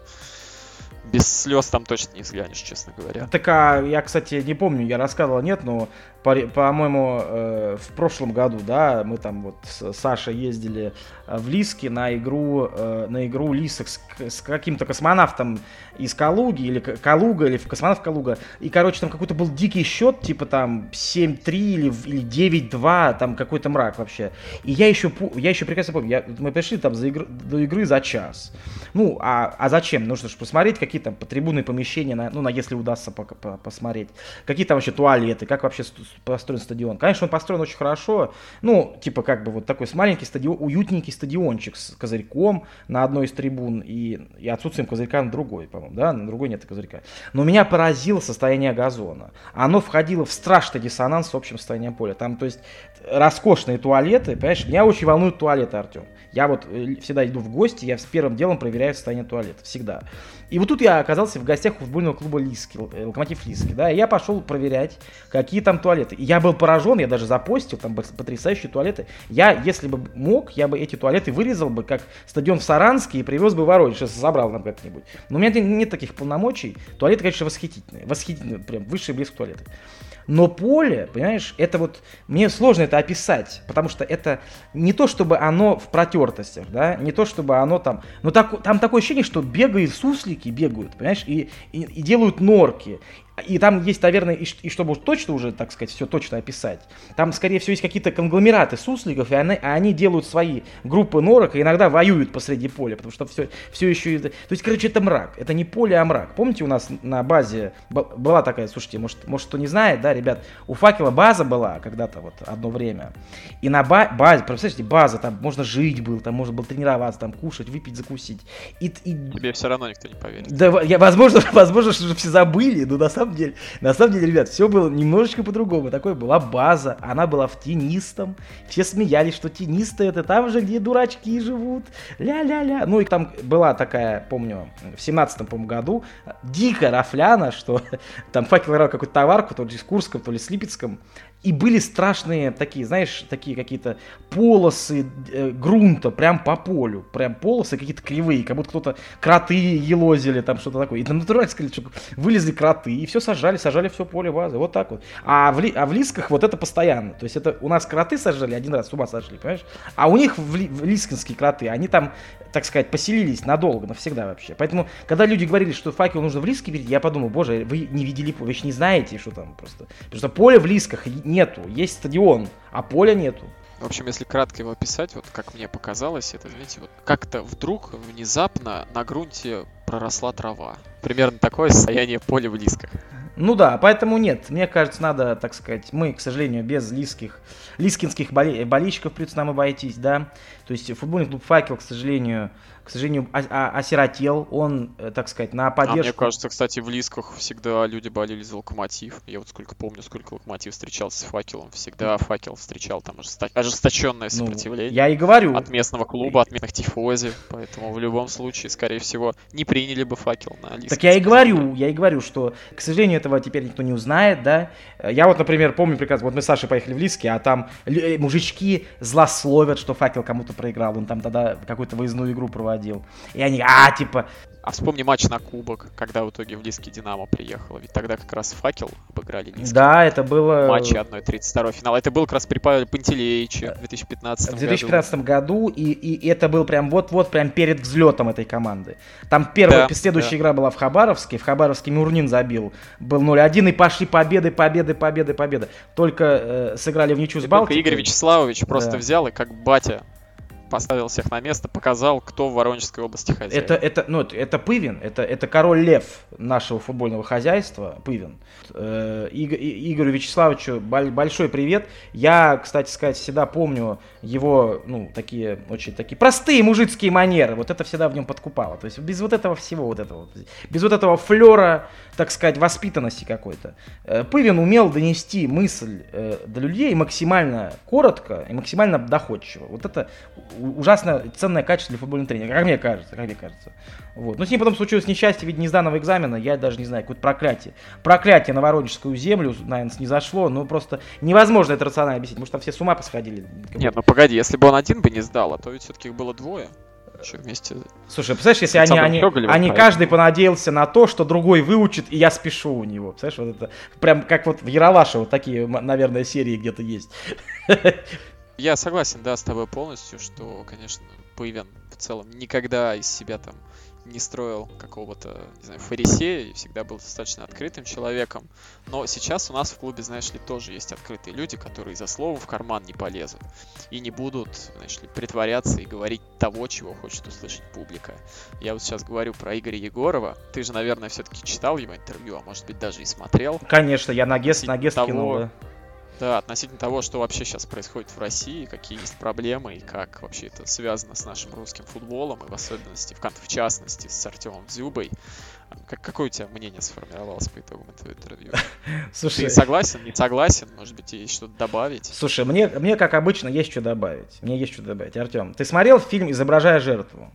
без слез там точно не взглянешь, честно говоря. Так, а я, кстати, не помню, я рассказывал, нет, но, по- по-моему, э, в прошлом году, да, мы там вот с Сашей ездили в Лиски на игру, э, на игру Лисок с, с каким-то космонавтом из Калуги, или Калуга, или космонавт Калуга, и, короче, там какой-то был дикий счет, типа там семь три или, или девять два, там какой-то мрак вообще. И я еще, я еще прекрасно помню, я, мы пришли там за игр, до игры за час. Ну, а, а зачем? Нужно же посмотреть, какие там трибунные помещения, на, ну, на, если удастся по- по- посмотреть, какие там вообще туалеты, как вообще построен стадион. Конечно, он построен очень хорошо, ну, типа как бы вот такой маленький стадион, уютненький стадиончик с козырьком на одной из трибун и, и отсутствием козырька на другой, по-моему, да, на другой нет козырька. Но меня поразило состояние газона. Оно входило в страшный диссонанс с общим состоянием поля. Там, то есть, роскошные туалеты, понимаешь, меня очень волнуют туалеты, Артем. Я вот всегда иду в гости, я с первым делом проверяю состояние туалета, всегда. И вот тут я оказался в гостях у футбольного клуба Лиски, Локомотив Лиски, да, и я пошел проверять, какие там туалеты. И я был поражен, я даже запостил, там потрясающие туалеты. Я, если бы мог, я бы эти туалеты вырезал бы, как стадион в Саранске, и привез бы в Воронеж, если собрал там как-нибудь. Но у меня нет таких полномочий. Туалеты, конечно, восхитительные, восхитительные, прям высший блеск туалеты. Но поле, понимаешь, это вот, мне сложно это описать, потому что это не то, чтобы оно в протертостях, да, не то, чтобы оно там, но так, там такое ощущение, что бегают суслики, бегают, понимаешь, и, и, и делают норки. И там есть, наверное, и, и чтобы уж точно уже, так сказать, все точно описать, там, скорее всего, есть какие-то конгломераты сусликов, и они, они делают свои группы норок, и иногда воюют посреди поля, потому что все, все еще... То есть, короче, это мрак, это не поле, а мрак. Помните, у нас на базе была такая, слушайте, может, может кто не знает, да, ребят, у Факела база была когда-то вот одно время, и на ба- базе, представляете, база, там можно жить было, там можно было тренироваться, там кушать, выпить, закусить. И, и... Тебе все равно никто не поверит. Да, я, возможно, возможно, что уже все забыли, но на самом На самом деле, на самом деле, ребят, все было немножечко по-другому. Такой была база, она была в Тенистом. Все смеялись, что тенисты это там же, где дурачки живут. Ля-ля-ля. Ну и там была такая, помню, в семнадцатом, по-моему, году дикая рафляна, что там Факел играл какую-то товарку, то ли с Курском, то ли с Липецком. И были страшные такие, знаешь, такие какие-то полосы э, грунта прям по полю. Прям полосы какие-то кривые, как будто кто-то кроты елозили, там что-то такое. И там натурально сказали, что вылезли кроты, и все сажали, сажали все поле базы. Вот так вот. А в, ли, а в Лисках вот это постоянно. То есть это у нас кроты сажали, один раз с ума сошли, понимаешь? А у них в, ли, в лискинские кроты, они там, так сказать, поселились надолго, навсегда вообще. Поэтому, когда люди говорили, что Факел нужно в Лиски видеть, я подумал, боже, вы не видели поле, вы еще не знаете, что там просто. Потому что поле в Лисках нету, есть стадион, а поля нету. В общем, если кратко его описать, вот как мне показалось, это, знаете, вот как-то вдруг, внезапно на грунте проросла трава. примерно такое состояние поля в Лисках. Ну да, поэтому нет, мне кажется, надо, так сказать, мы, к сожалению, без лиских, лискинских боле- болельщиков придется нам обойтись, да. То есть футбольный клуб «Факел», к сожалению, к сожалению, о- о- осиротел, он, э, так сказать, на поддержку... А мне кажется, кстати, в Лисках всегда люди болели за Локомотив. Я вот сколько помню, сколько Локомотив встречался с Факелом. Всегда Факел встречал там ожесто- ожесточенное Ну, сопротивление. я и говорю. От местного клуба, от местных тифози. Поэтому в любом случае, скорее всего, не приняли бы Факел на Лисках. Так я и говорю, я и говорю, что, к сожалению, этого теперь никто не узнает, да. Я вот, например, помню прекрасно, вот мы с Сашей поехали в Лиски, а там лю- мужички злословят, что Факел кому-то проиграл, он там тогда какую-то выездную игру проводил. И они, а, типа... А вспомни матч на Кубок, когда в итоге в Лиски Динамо приехала. Ведь тогда как раз Факел обыграли Лиски. Да, это было... В матче одна тридцать второго финала. Это был как раз при Павеле Пантелеиче в две тысячи пятнадцатом В году. две тысячи пятнадцатом году, и, и это был прям вот-вот, прям перед взлетом этой команды. Там первая, Да, следующая да. игра была в Хабаровске, в Хабаровске Мурнин забил, был ноль один, и пошли победы, победы, победы, победы. Только э, сыграли в ничью с И только Балтикой. Игорь Вячеславович просто Да. взял и как батя поставил всех на место, показал, кто в Воронежской области хозяин. Это, это, ну, это, это Пывин, это, это король лев нашего футбольного хозяйства, Пывин. Э, Иго- И- Игорю Вячеславовичу боль- большой привет. Я, кстати сказать, всегда помню его, ну, такие, очень такие простые мужицкие манеры. Вот это всегда в нем подкупало. То есть без вот этого всего, вот этого, без вот этого флера, так сказать, воспитанности какой-то. Э, Пывин умел донести мысль э, до людей максимально коротко и максимально доходчиво. Вот это у- ужасно ценное качество для футбольного тренера, как мне кажется, как мне кажется. Вот. Но с ним потом случилось несчастье в виде несданного экзамена, я даже не знаю, какое-то проклятие. Проклятие на Воронежскую землю, наверное, не зашло, но просто невозможно это рационально объяснить, потому что там все с ума посходили. Нет, ну погоди, если бы он один бы не сдал, а то ведь все-таки их было двое. Еще вместе. Слушай, представляешь, если они, Александром они, Щеголевым, они поэтому. каждый понадеялся на то, что другой выучит, и я спешу у него. Представляешь, вот это прям как вот в Яралаше вот такие, м- наверное, серии где-то есть. Я согласен, да, с тобой полностью, что, конечно, Пывин в целом никогда из себя там не строил какого-то, не знаю, фарисея и всегда был достаточно открытым человеком. Но сейчас у нас в клубе, знаешь ли, тоже есть открытые люди, которые за словом в карман не полезут и не будут, знаешь ли, притворяться и говорить того, чего хочет услышать публика. Я вот сейчас говорю про Игоря Егорова. Ты же, наверное, все-таки читал его интервью, а может быть даже и смотрел. Конечно, я на гест, на гест Того- кинул, да. Да, относительно того, что вообще сейчас происходит в России, какие есть проблемы и как вообще это связано с нашим русским футболом, и в особенности, в, кон- в частности, с Артемом Дзюбой. Как, какое у тебя мнение сформировалось по итогам этого интервью? Слушай, Ты согласен, не согласен? Может быть, есть что-то добавить? слушай, мне, мне, как обычно, есть что добавить. Мне есть что добавить. Артем, ты смотрел фильм «Изображая жертву»?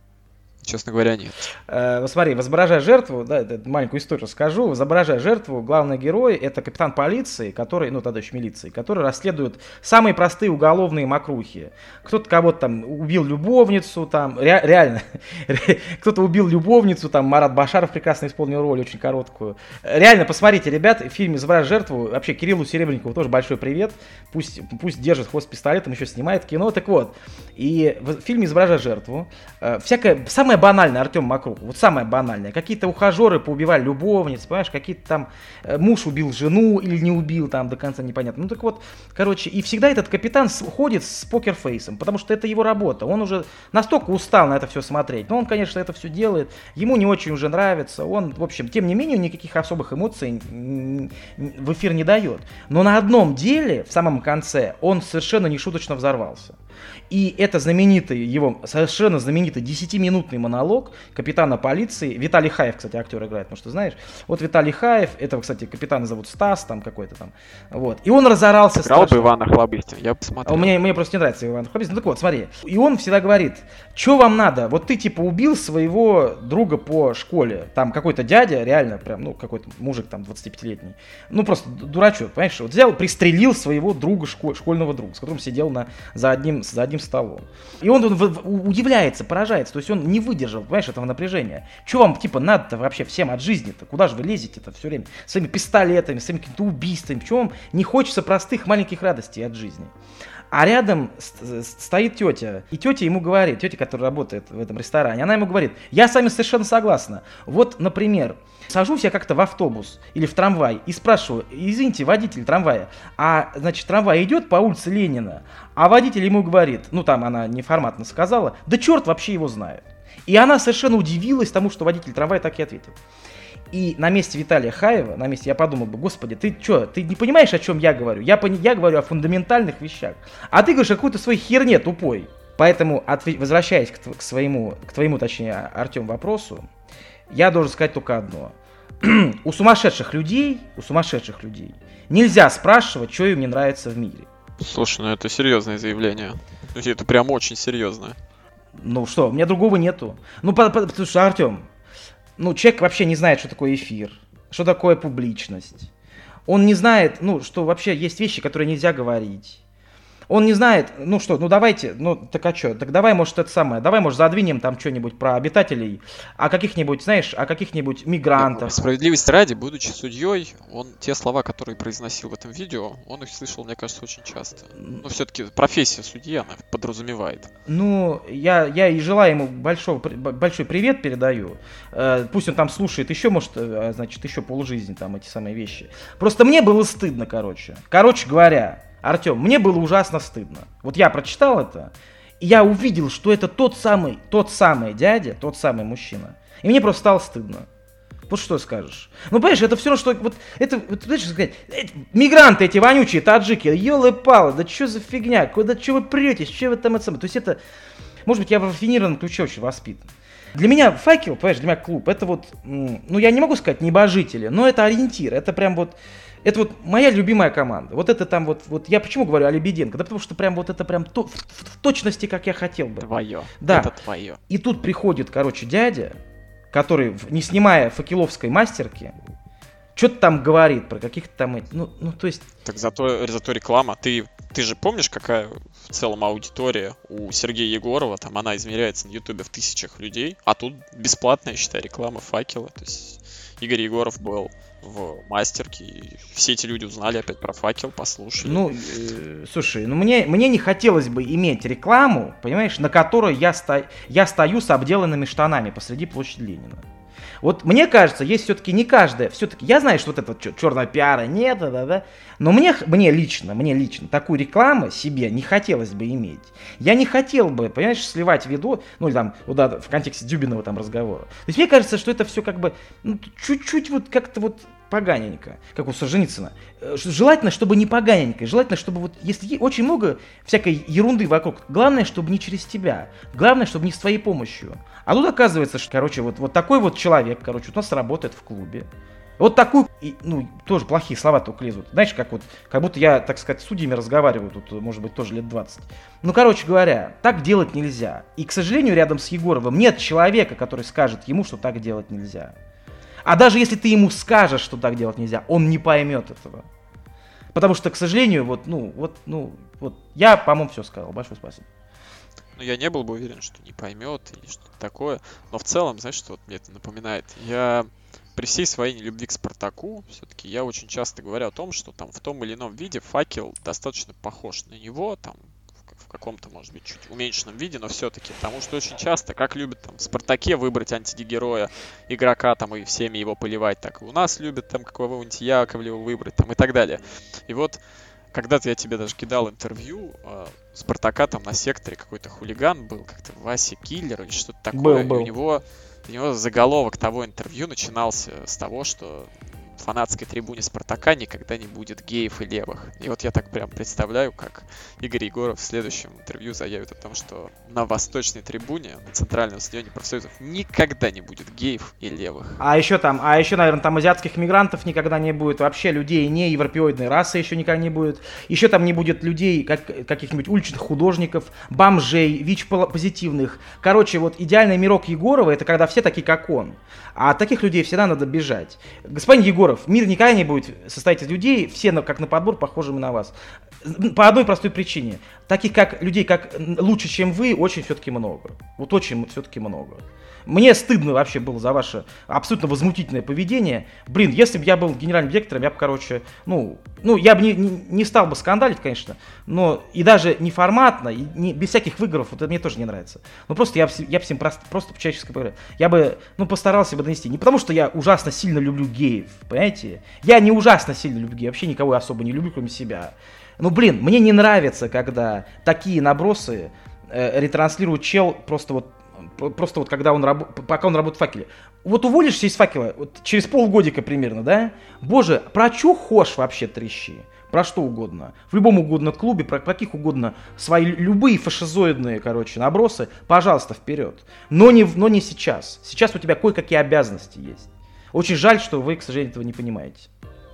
Честно говоря, нет. Э, вот смотри, в «Изображая жертву», да, это маленькую историю скажу. В «Изображая жертву» главный герой — это капитан полиции, который, ну тогда еще милиции, который расследует самые простые уголовные мокрухи. Кто-то кого-то там убил любовницу, там, ре- реально, кто-то убил любовницу, там, Марат Башаров прекрасно исполнил роль, очень короткую. Реально, посмотрите, ребят, в фильме «Изображая жертву», вообще Кириллу Серебренникову тоже большой привет, пусть, пусть держит хвост пистолетом, еще снимает кино, так вот. И в фильме «Изображая жертву» э, всякое, самое банальное, Артем Макрух, вот самое банальное, какие-то ухажеры поубивали любовниц, понимаешь, какие-то там э, муж убил жену или не убил, там до конца непонятно. Ну так вот, короче, и всегда этот капитан с- ходит с покерфейсом, потому что это его работа, он уже настолько устал на это все смотреть, но он, конечно, это все делает, ему не очень уже нравится, он, в общем, тем не менее, никаких особых эмоций н- н- в эфир не дает. Но на одном деле, в самом конце, он совершенно нешуточно взорвался. И это знаменитый, его совершенно знаменитый десятиминутный монолог капитана полиции. Виталий Хаев, кстати, актер играет, может, ты знаешь. Вот Виталий Хаев, этого, кстати, капитана зовут Стас, там какой-то там. Вот. И он разорался Играл бы страшно. Иван Охлобыстин, я А посмотрел. мне, мне просто не нравится Иван Охлобыстин. Ну так вот, смотри. И он всегда говорит, что вам надо? Вот ты типа убил своего друга по школе. Там какой-то дядя, реально, прям, ну, какой-то мужик там двадцатипятилетний. Ну, просто д- дурачок, понимаешь? Вот взял, пристрелил своего друга, шко- школьного друга, с которым сидел на, за, одним, за одним столом. И он, он в- в- удивляется, поражается. То есть он не выдержал, понимаешь, этого напряжения. Что вам, типа, надо-то вообще всем от жизни-то? Куда же вы лезете-то все время? Своими пистолетами, своими какими-то убийствами. Почему вам не хочется простых маленьких радостей от жизни? А рядом с- с- стоит тетя, и тетя ему говорит, тетя, которая работает в этом ресторане, она ему говорит, я с вами совершенно согласна. Вот, например, сажусь я как-то в автобус или в трамвай и спрашиваю, извините, водитель трамвая, а, значит, трамвай идет по улице Ленина, а водитель ему говорит, ну там она неформатно сказала, да черт вообще его знает. И она совершенно удивилась тому, что водитель трамвая так и ответил. И на месте Виталия Хаева, на месте я подумал бы, господи, ты что, ты не понимаешь, о чем я говорю? Я, пони- я говорю о фундаментальных вещах. А ты говоришь о какой-то своей херне тупой. Поэтому, отв- возвращаясь к, тв- к своему, к твоему, точнее, Артем, вопросу, я должен сказать только одно. У сумасшедших людей, у сумасшедших людей нельзя спрашивать, что им не нравится в мире. Слушай, ну это серьезное заявление. Это прям очень серьезное. Ну что, у меня другого нету. Ну, по- по- потому что, Артем, ну, человек вообще не знает, что такое эфир, что такое публичность. Он не знает, ну, что вообще есть вещи, которые нельзя говорить. Он не знает, ну что, ну давайте, ну так а что, так давай, может, это самое, давай, может, задвинем там что-нибудь про обитателей, о каких-нибудь, знаешь, о каких-нибудь мигрантах. Справедливости ради, будучи судьей, он те слова, которые произносил в этом видео, он их слышал, мне кажется, очень часто. Но все-таки профессия судьи, она подразумевает. Ну, я, я и желаю ему большого, большой привет передаю. Э, пусть он там слушает еще, может, э, значит, еще полжизни там эти самые вещи. Просто мне было стыдно, короче. Короче говоря, Артем, мне было ужасно стыдно. Вот я прочитал это, и я увидел, что это тот самый, тот самый дядя, тот самый мужчина. И мне просто стало стыдно. Вот что скажешь? Ну, понимаешь, это все равно, что вот это, вот, знаешь, сказать, эти, мигранты эти вонючие, таджики, елы-палы, да что за фигня, куда, что вы претесь, что вы там это самое. То есть это, может быть, я в рафинированном ключе очень воспитан. Для меня факел, понимаешь, для меня клуб, это вот, ну, я не могу сказать небожители, но это ориентир, это прям вот, это вот моя любимая команда. Вот это там вот, вот я почему говорю о Лебеденко? Да потому что прям вот это прям то, в, в точности, как я хотел бы. Твое. Да. Это твое. И тут приходит, короче, дядя, который, не снимая факеловской мастерки, что-то там говорит про каких-то там, ну, ну то есть... Так зато, зато реклама. Ты, ты же помнишь, какая в целом аудитория у Сергея Егорова? Там она измеряется на Ютубе в тысячах людей. А тут бесплатная, считай, реклама факела. То есть Игорь Егоров был в мастерке, и все эти люди узнали опять про факел, послушали. Ну, э, слушай, ну мне, мне не хотелось бы иметь рекламу, понимаешь, на которой я, сто, я стою с обделанными штанами посреди площади Ленина. Вот мне кажется, есть все-таки не каждая, все-таки, я знаю, что вот это вот черного пиара нет, да, да, да, но мне, мне лично, мне лично такую рекламу себе не хотелось бы иметь. Я не хотел бы, понимаешь, сливать виду, ну, или там, вот, да, в контексте Дюбиного там разговора. То есть мне кажется, что это все как бы, ну, чуть-чуть вот как-то вот поганенько, как у Солженицына. Желательно, чтобы не поганенько, желательно, чтобы вот, если очень много всякой ерунды вокруг, главное, чтобы не через тебя, главное, чтобы не с твоей помощью. А тут оказывается, что, короче, вот, вот такой вот человек, короче, у нас работает в клубе. Вот такой, и, ну, тоже плохие слова только лезут. Знаешь, как вот, как будто я, так сказать, с судьями разговариваю тут, может быть, тоже лет двадцать. Ну, короче говоря, так делать нельзя. И, к сожалению, рядом с Егоровым нет человека, который скажет ему, что так делать нельзя. А даже если ты ему скажешь, что так делать нельзя, он не поймет этого. Потому что, к сожалению, вот, ну, вот, ну, вот, я, по-моему, все сказал. Большое спасибо. Ну, я не был бы уверен, что не поймет или что-то такое. Но в целом, знаешь, что вот мне это напоминает? Я при всей своей нелюбви к Спартаку, все-таки я очень часто говорю о том, что там в том или ином виде факел достаточно похож на него, там, в каком-то, может быть, чуть уменьшенном виде, но все-таки, потому что очень часто, как любят там в Спартаке выбрать антигероя игрока там и всеми его поливать, так и у нас любят там какого-нибудь Яковлева выбрать там и так далее. И вот когда-то я тебе даже кидал интервью, э, Спартака там на секторе какой-то хулиган был, как-то Вася Киллер или что-то такое, Был, был. и у него, у него заголовок того интервью начинался с того, что в фанатской трибуне Спартака никогда не будет геев и левых. И вот я так прям представляю, как Игорь Егоров в следующем интервью заявит о том, что на восточной трибуне, на центральном стадионе профсоюзов никогда не будет геев и левых. А еще там, а еще, наверное, там азиатских мигрантов никогда не будет, вообще людей не европеоидной расы еще никогда не будет. Еще там не будет людей, как, каких-нибудь уличных художников, бомжей, ВИЧ-позитивных. Короче, вот идеальный мирок Егорова — это когда все такие, как он. А от таких людей всегда надо бежать. Господин Егоров, мир никогда не будет состоять из людей, все на, как на подбор, похожими на вас. По одной простой причине. Таких как людей, как лучше, чем вы, очень все-таки много. Вот очень все-таки много. Мне стыдно вообще было за ваше абсолютно возмутительное поведение. Блин, если бы я был генеральным директором, я бы, короче, ну, ну я бы не, не, не стал бы скандалить, конечно, но и даже неформатно, и не, без всяких выговоров, вот это мне тоже не нравится. Ну, просто я, я бы всем просто, просто по-человечески поговорил. Я бы, ну, постарался бы донести. Не потому, что я ужасно сильно люблю геев, понимаете? Я не ужасно сильно люблю геев, вообще никого особо не люблю, кроме себя. Ну, блин, мне не нравится, когда такие набросы э, ретранслирует чел просто вот просто вот когда он, раб... пока он работает в «Факеле». Вот уволишься из «Факела», вот через полгодика примерно, да? Боже, про чё хошь вообще трещи? Про что угодно. В любом угодно клубе, про каких угодно свои любые фашизоидные, короче, набросы, пожалуйста, вперед. Но не, но не сейчас. Сейчас у тебя кое-какие обязанности есть. Очень жаль, что вы, к сожалению, этого не понимаете.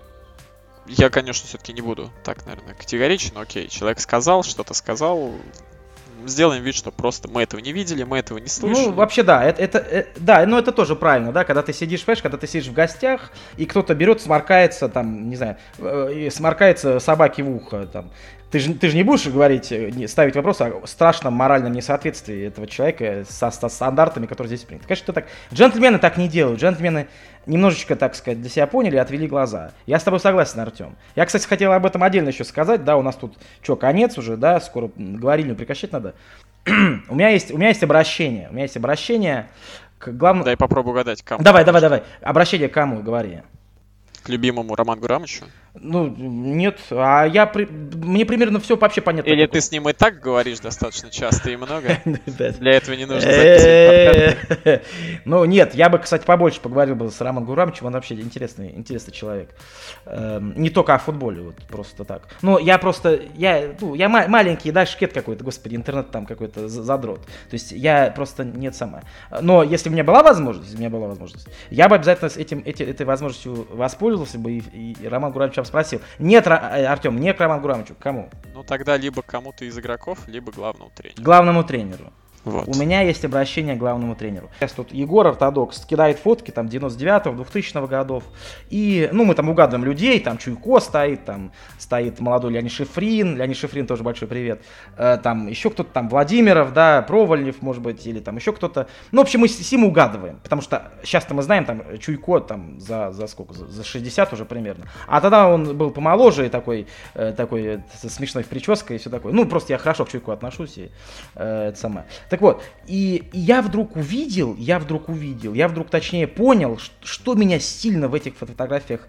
Я, конечно, все-таки не буду так, наверное, категоричен. Окей, человек сказал, что-то сказал. Сделаем вид, что просто мы этого не видели, мы этого не слышали. Ну, вообще, да, это, это, это, да, но это тоже правильно, да, когда ты сидишь, понимаешь, когда ты сидишь в гостях, и кто-то берет, сморкается, там, не знаю, э, сморкается собаке в ухо, там. Ты же, ты же не будешь говорить, ставить вопрос о страшном моральном несоответствии этого человека со, со стандартами, которые здесь приняты. Конечно, ты так... Джентльмены так не делают. Джентльмены немножечко, так сказать, для себя поняли и отвели глаза. Я с тобой согласен, Артем. Я, кстати, хотел об этом отдельно еще сказать. Да, у нас тут, что, конец уже, да, скоро говорили, прекращать надо. у, меня есть, у меня есть обращение. У меня есть обращение к главному... Дай попробую угадать, кому. Давай, давай, давай. Обращение к кому, говори. К любимому Роману Гурамовичу? Ну, нет, а я, при... мне примерно все вообще понятно. Или ты с ним и так говоришь достаточно часто и много? Для этого не нужно записывать подкаст. Ну, нет, я бы, кстати, побольше поговорил бы с Романом Гурамовичем, он вообще интересный, интересный человек. Не только о футболе, вот просто так. Ну, я просто, я, ну, я маленький, да, шкет какой-то, господи, интернет там какой-то задрот. То есть я просто, нет, сама. Но если бы у меня была возможность, если бы у меня была возможность, я бы обязательно с этим, этой возможностью воспользовался бы и Роман Гурамович спросил. Нет, Артем, не к Роману Гурамовичу, к кому? Ну тогда либо кому-то из игроков, либо главному тренеру. Главному тренеру. Вот. У меня есть обращение к главному тренеру. Сейчас тут Егор Ортодокс кидает фотки там девяносто девятого, двухтысячного годов. И, ну, мы там угадываем людей, там Чуйко стоит, там стоит молодой Леонид Шифрин. Леонид Шифрин, тоже большой привет. Э, там еще кто-то там, Владимиров, да, Провольнев, может быть, или там еще кто-то. Ну, в общем, мы с ним угадываем. Потому что сейчас-то мы знаем, там, Чуйко там за, за сколько, за, за шестьдесят уже примерно. А тогда он был помоложе и такой, э, такой э, смешной в прическе и все такое. Ну, просто я хорошо к Чуйко отношусь и э, это самое. Так вот, и, и я вдруг увидел, я вдруг увидел, я вдруг точнее понял, что, что меня сильно в этих фотографиях,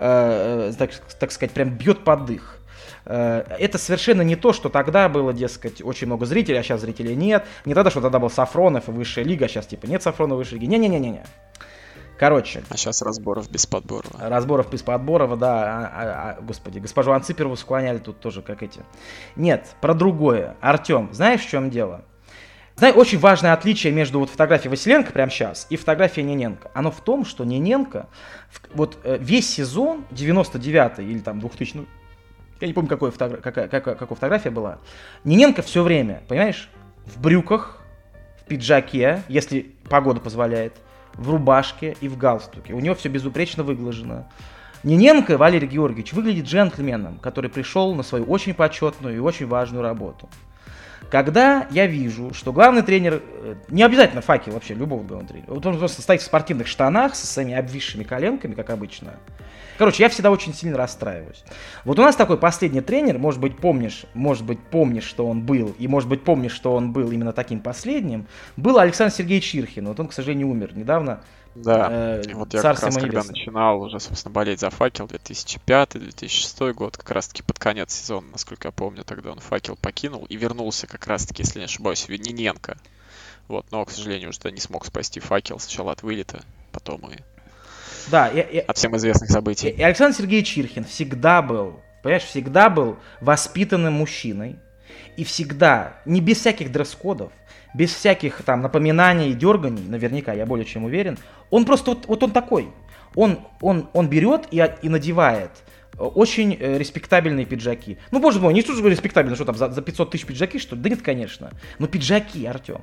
э, так, так сказать, прям бьет под дых. Э, это совершенно не то, что тогда было, дескать, очень много зрителей, а сейчас зрителей нет. Не тогда, что тогда был Сафронов и Высшая лига, а сейчас типа нет Сафронова и Высшей лиги. Не-не-не-не-не. Короче. А сейчас разборов без подборова. Разборов без подборова, да. А, а, а, господи, госпожу Анциперову склоняли тут тоже, как эти. Нет, про другое. Артем, знаешь, в чем дело? Знаешь, очень важное отличие между вот фотографией Василенко прямо сейчас и фотографией Нененко. Оно в том, что Нененко вот весь сезон девяносто девятый или там двухтысячный, я не помню, какой фотогра- какая, какая, какая фотография была, Нененко все время, понимаешь, в брюках, в пиджаке, если погода позволяет, в рубашке и в галстуке. У него все безупречно выглажено. Нененко Валерий Георгиевич выглядит джентльменом, который пришел на свою очень почетную и очень важную работу. Когда я вижу, что главный тренер, не обязательно Факел вообще, любого главного тренера, вот он просто стоит в спортивных штанах со своими обвисшими коленками, как обычно. Короче, я всегда очень сильно расстраиваюсь. Вот у нас такой последний тренер, может быть, помнишь, может быть, помнишь, что он был, и может быть, помнишь, что он был именно таким последним, был Александр Сергеевич Чирхин. Вот он, к сожалению, умер недавно. Да, э, и вот я как раз, когда начинал уже, собственно, болеть за Факел, две тысячи пятый - две тысячи шестой год, как раз-таки под конец сезона, насколько я помню, тогда он Факел покинул и вернулся как раз-таки, если не ошибаюсь, в Нененко. Вот, но, к сожалению, уже не смог спасти Факел сначала от вылета, потом и да, и, и, от всем известных событий. И Александр Сергеевич Чирхин всегда был, понимаешь, всегда был воспитанным мужчиной и всегда, не без всяких дресс-кодов, без всяких там напоминаний и дерганий, наверняка, я более чем уверен, он просто, вот, вот он такой, он, он, он берет и, и надевает очень э, респектабельные пиджаки. Ну, боже мой, не что же респектабельно, что там за, за пятьсот тысяч пиджаки, что ли? Да нет, конечно, но пиджаки, Артем.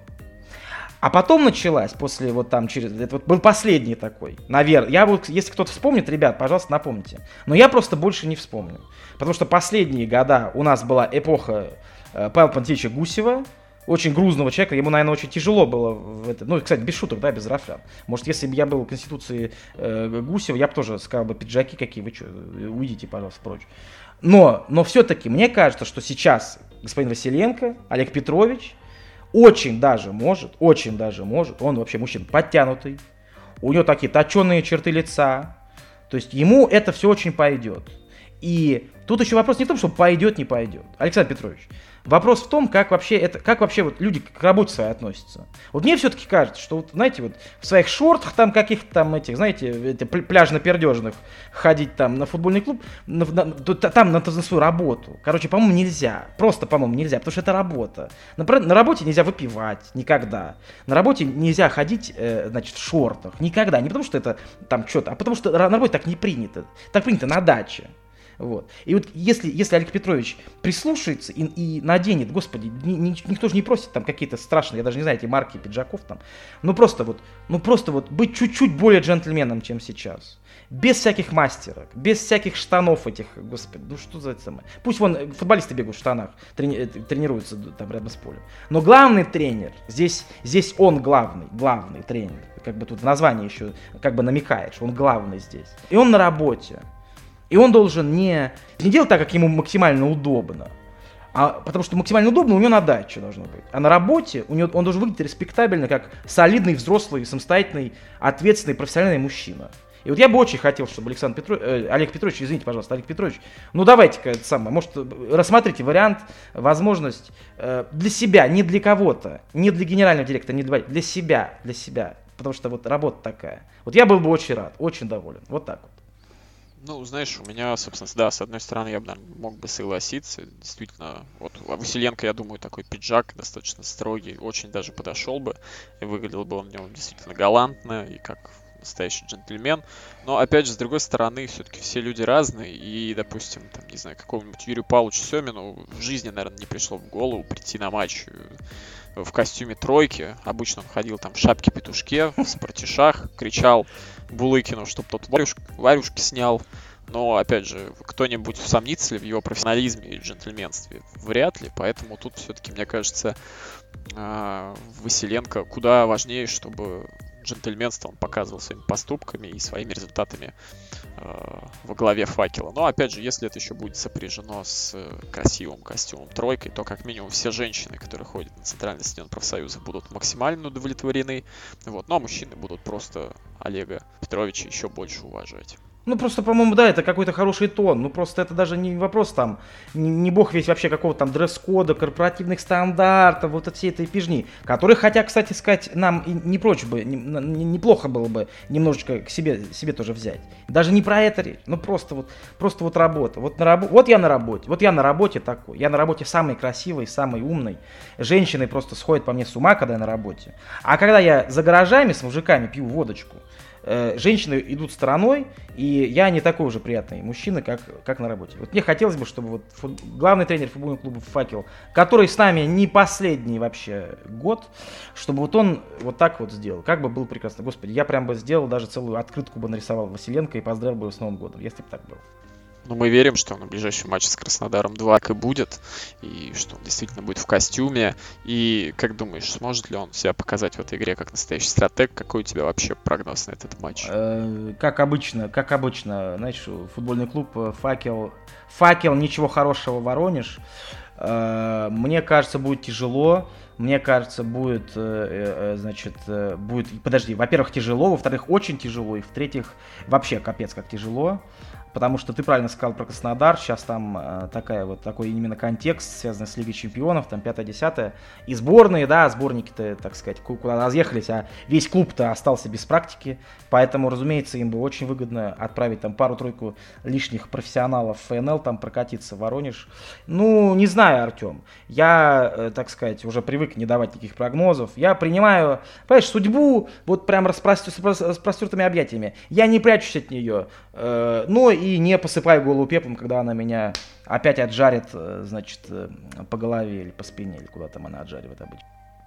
А потом началась, после вот там через, это вот был последний такой, наверное, я вот, если кто-то вспомнит, ребят, пожалуйста, напомните, но я просто больше не вспомню, потому что последние года у нас была эпоха э, Павла Пантелеича Гусева, очень грузного человека, ему, наверное, очень тяжело было в это. Ну, кстати, без шуток, да, без рафлян. Может, если бы я был в Конституции э, Гусева, я бы тоже сказал бы, пиджаки какие, вы что, уйдите, пожалуйста, прочь. Но, но все-таки мне кажется, что сейчас господин Василенко, Олег Петрович, очень даже может, очень даже может, он вообще мужчина подтянутый, у него такие точеные черты лица, то есть ему это все очень пойдет. И тут еще вопрос не в том, что пойдет, не пойдет. Александр Петрович, вопрос в том, как вообще это, как вообще вот люди к работе своей относятся. Вот мне все-таки кажется, что вот, знаете, вот в своих шортах там каких-то там этих, знаете, эти, пляжно-пердежных ходить там на футбольный клуб, на, на, там на, на свою работу. Короче, по-моему, нельзя. Просто, по-моему, нельзя, потому что это работа. На, на работе нельзя выпивать, никогда. На работе нельзя ходить, э, значит, в шортах, никогда. Не потому что это там что-то, а потому что на работе так не принято. Так принято на даче. Вот. И вот если, если Олег Петрович прислушается и, и наденет, господи, ни, ни, никто же не просит там какие-то страшные, я даже не знаю, эти марки пиджаков там, ну просто вот, ну просто вот быть чуть-чуть более джентльменом, чем сейчас. Без всяких мастерок, без всяких штанов этих, господи, ну что за это самое. Пусть вон футболисты бегают в штанах, трени, тренируются там рядом с полем. Но главный тренер, здесь, здесь он главный, главный тренер. Как бы тут название еще как бы намекает, что он главный здесь. И он на работе. И он должен не, не делать так, как ему максимально удобно, а потому что максимально удобно у него на даче должно быть. А на работе у него, он должен выглядеть респектабельно, как солидный, взрослый, самостоятельный, ответственный, профессиональный мужчина. И вот я бы очень хотел, чтобы Александр Петрович, э, Олег Петрович, извините, пожалуйста, Олег Петрович, ну давайте-ка это самое, может, рассмотрите вариант, возможность э, для себя, не для кого-то, не для генерального директора, не для, для себя, для себя, потому что вот работа такая. Вот я был бы очень рад, очень доволен, вот так вот. Ну, знаешь, у меня, собственно, да, с одной стороны, я бы, наверное, мог бы согласиться. Действительно, вот Василенко, я думаю, такой пиджак достаточно строгий, очень даже подошел бы. И выглядел бы он в нем действительно галантно и как настоящий джентльмен. Но, опять же, с другой стороны, все-таки все люди разные. И, допустим, там, не знаю, какому-нибудь Юрию Павловичу Семину в жизни, наверное, не пришло в голову прийти на матч в костюме тройки. Обычно он ходил там в шапке-петушке, в спортишах, кричал Булыкину, чтобы тот варюшки, варюшки снял. Но, опять же, кто-нибудь усомнится ли в его профессионализме и джентльменстве? Вряд ли. Поэтому тут все-таки, мне кажется, Василенко куда важнее, чтобы джентльменство он показывал своими поступками и своими результатами э, во главе факела. Но, опять же, если это еще будет сопряжено с красивым костюмом тройкой, то как минимум все женщины, которые ходят на Центральный стадион профсоюза, будут максимально удовлетворены. Вот. Ну, а мужчины будут просто Олега Петровича еще больше уважать. Ну, просто, по-моему, да, это какой-то хороший тон. Ну, просто это даже не вопрос там, не, не бог весь вообще какого-то там дресс-кода, корпоративных стандартов, вот от всей этой фигни. Которые, хотя, кстати сказать, нам и не прочь бы, не, не, неплохо было бы немножечко к себе, себе тоже взять. Даже не про это речь, ну просто вот, просто вот работа. Вот, на рабо- вот я на работе, вот я на работе такой. Я на работе самый красивый, самый умный. Женщины просто сходят по мне с ума, когда я на работе. А когда я за гаражами с мужиками пью водочку, женщины идут стороной, и я не такой уже приятный мужчина, как, как на работе. Вот мне хотелось бы, чтобы вот фут... главный тренер футбольного клуба «Факел», который с нами не последний вообще год, чтобы вот он вот так вот сделал. Как бы было прекрасно. Господи, я прям бы сделал, даже целую открытку бы нарисовал Василенко и поздравил бы его с Новым годом, если бы так было. Но мы верим, что на ближайший матч с Краснодаром два и будет, и что он действительно будет в костюме. И как думаешь, сможет ли он себя показать в этой игре как настоящий стратег? Какой у тебя вообще прогноз на этот матч? Э, как обычно, как обычно, знаешь, футбольный клуб «Факел», «Факел», ничего хорошего, Воронеж. Э, мне кажется, будет тяжело. Мне кажется, будет, э, э, значит, э, будет, подожди, во-первых, тяжело, во-вторых, очень тяжело, и в-третьих, вообще капец как тяжело. Потому что ты правильно сказал про Краснодар, сейчас там э, такая вот, такой именно контекст, связанный с Лигой Чемпионов, там пятое-десятое. И сборные, да, сборники-то, так сказать, куда разъехались, а весь клуб-то остался без практики. Поэтому, разумеется, им было очень выгодно отправить там пару-тройку лишних профессионалов в ФНЛ, там прокатиться в Воронеж. Ну, не знаю, Артем, я, э, так сказать, уже привык не давать никаких прогнозов. Я принимаю, понимаешь, судьбу вот прям распростер, с распростертыми объятиями. Я не прячусь от нее, э, но и И не посыпаю голову пеплом, когда она меня опять отжарит, значит, по голове или по спине, или куда там она отжаривает обычно.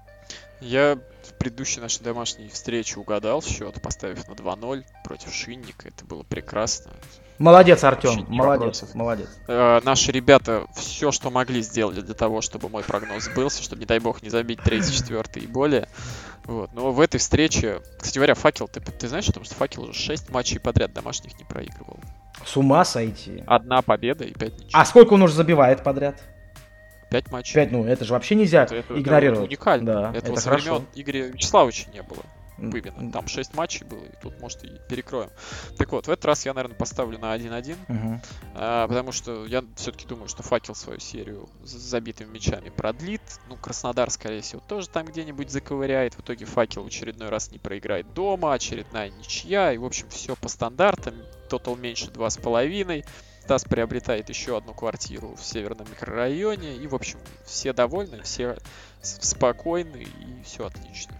Я в предыдущей нашей домашней встрече угадал счет, поставив на два ноль против Шинника. Это было прекрасно. Молодец, Артем, молодец, молодец. Э, наши ребята все, что могли, сделали для того, чтобы мой прогноз сбылся, чтобы, не дай бог, не забить третий, четвертый и более. Вот. Но в этой встрече, кстати говоря, Факел, ты, ты знаешь о том, что Факел уже шесть матчей подряд домашних не проигрывал? С ума сойти. Одна победа и пять ничего. А сколько он уже забивает подряд? Пять матчей. Пять, ну это же вообще нельзя это, это, игнорировать. Это уникально. Да, Этого это со хорошо. времен Игоря Вячеславовича не было. именно. Там шесть матчей было, и тут, может, и перекроем. Так вот, в этот раз я, наверное, поставлю на один-один, Мгм. а, потому что я все-таки думаю, что Факел свою серию с забитыми мячами продлит. Ну, Краснодар, скорее всего, тоже там где-нибудь заковыряет. В итоге Факел в очередной раз не проиграет дома, очередная ничья. И, в общем, все по стандартам. Тотал меньше два с половиной. Стас приобретает еще одну квартиру в северном микрорайоне. И, в общем, все довольны, все с- спокойны и все отлично.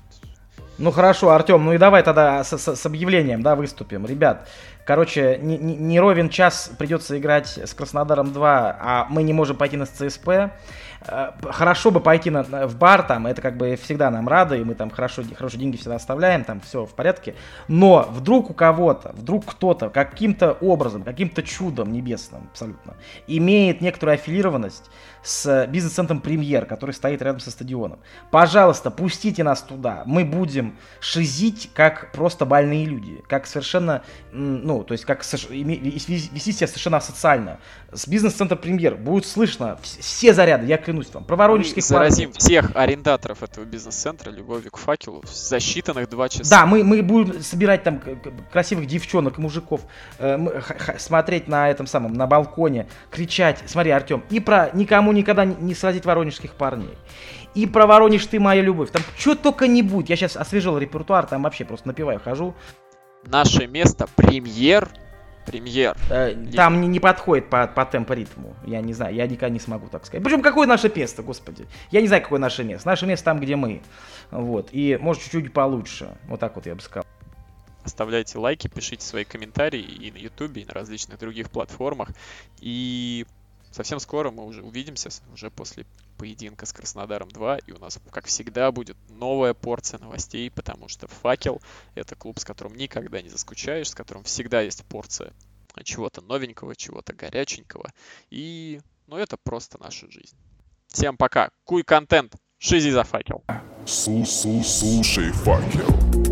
Ну хорошо, Артем, ну и давай тогда с, с- с объявлением, да, выступим. Ребят, короче, не, не- не ровен час придется играть с Краснодаром два, а мы не можем пойти на ЦСП. Э, Хорошо бы пойти на, на- в бар, там, это как бы всегда нам рады, и мы там хорошо, хорошие деньги всегда оставляем, там все в порядке. Но вдруг у кого-то, вдруг кто-то каким-то образом, каким-то чудом небесным абсолютно имеет некоторую аффилированность с бизнес-центром «Премьер», который стоит рядом со стадионом. Пожалуйста, пустите нас туда. Мы будем шизить как просто больные люди. Как совершенно, м, ну, то есть как сош- име- вести вести себя совершенно асоциально. С бизнес-центра «Премьер» будет слышно вс- все заряды, я клянусь вам. Про Мы воронежских заразим парней. всех арендаторов этого бизнес-центра любовью к Факелу за считанных два часа. Да, мы, мы будем собирать там к- к- красивых девчонок и мужиков, э, мы х- х- смотреть на этом самом, на балконе, кричать. Смотри, Артем, и про никому никогда не, не сразить воронежских парней. И про Воронеж ты моя любовь. Там что только не будет. Я сейчас освежил репертуар, там вообще просто напиваю, хожу. Наше место премьер. Премьер. Э, там не, не подходит по, по темпо-ритму. Я не знаю, я никогда не смогу так сказать. Причем, какое наше место, господи? Я не знаю, какое наше место. Наше место там, где мы. Вот. И, может, чуть-чуть получше. Вот так вот я бы сказал. Оставляйте лайки, пишите свои комментарии и на Ютубе, и на различных других платформах. И совсем скоро мы уже увидимся, с- уже после поединка с Краснодаром два. И у нас, как всегда, будет новая порция новостей, потому что Факел — это клуб, с которым никогда не заскучаешь, с которым всегда есть порция чего-то новенького, чего-то горяченького. И, ну, это просто наша жизнь. Всем пока. Куй контент. Шизи за Факел. Слушай, Факел.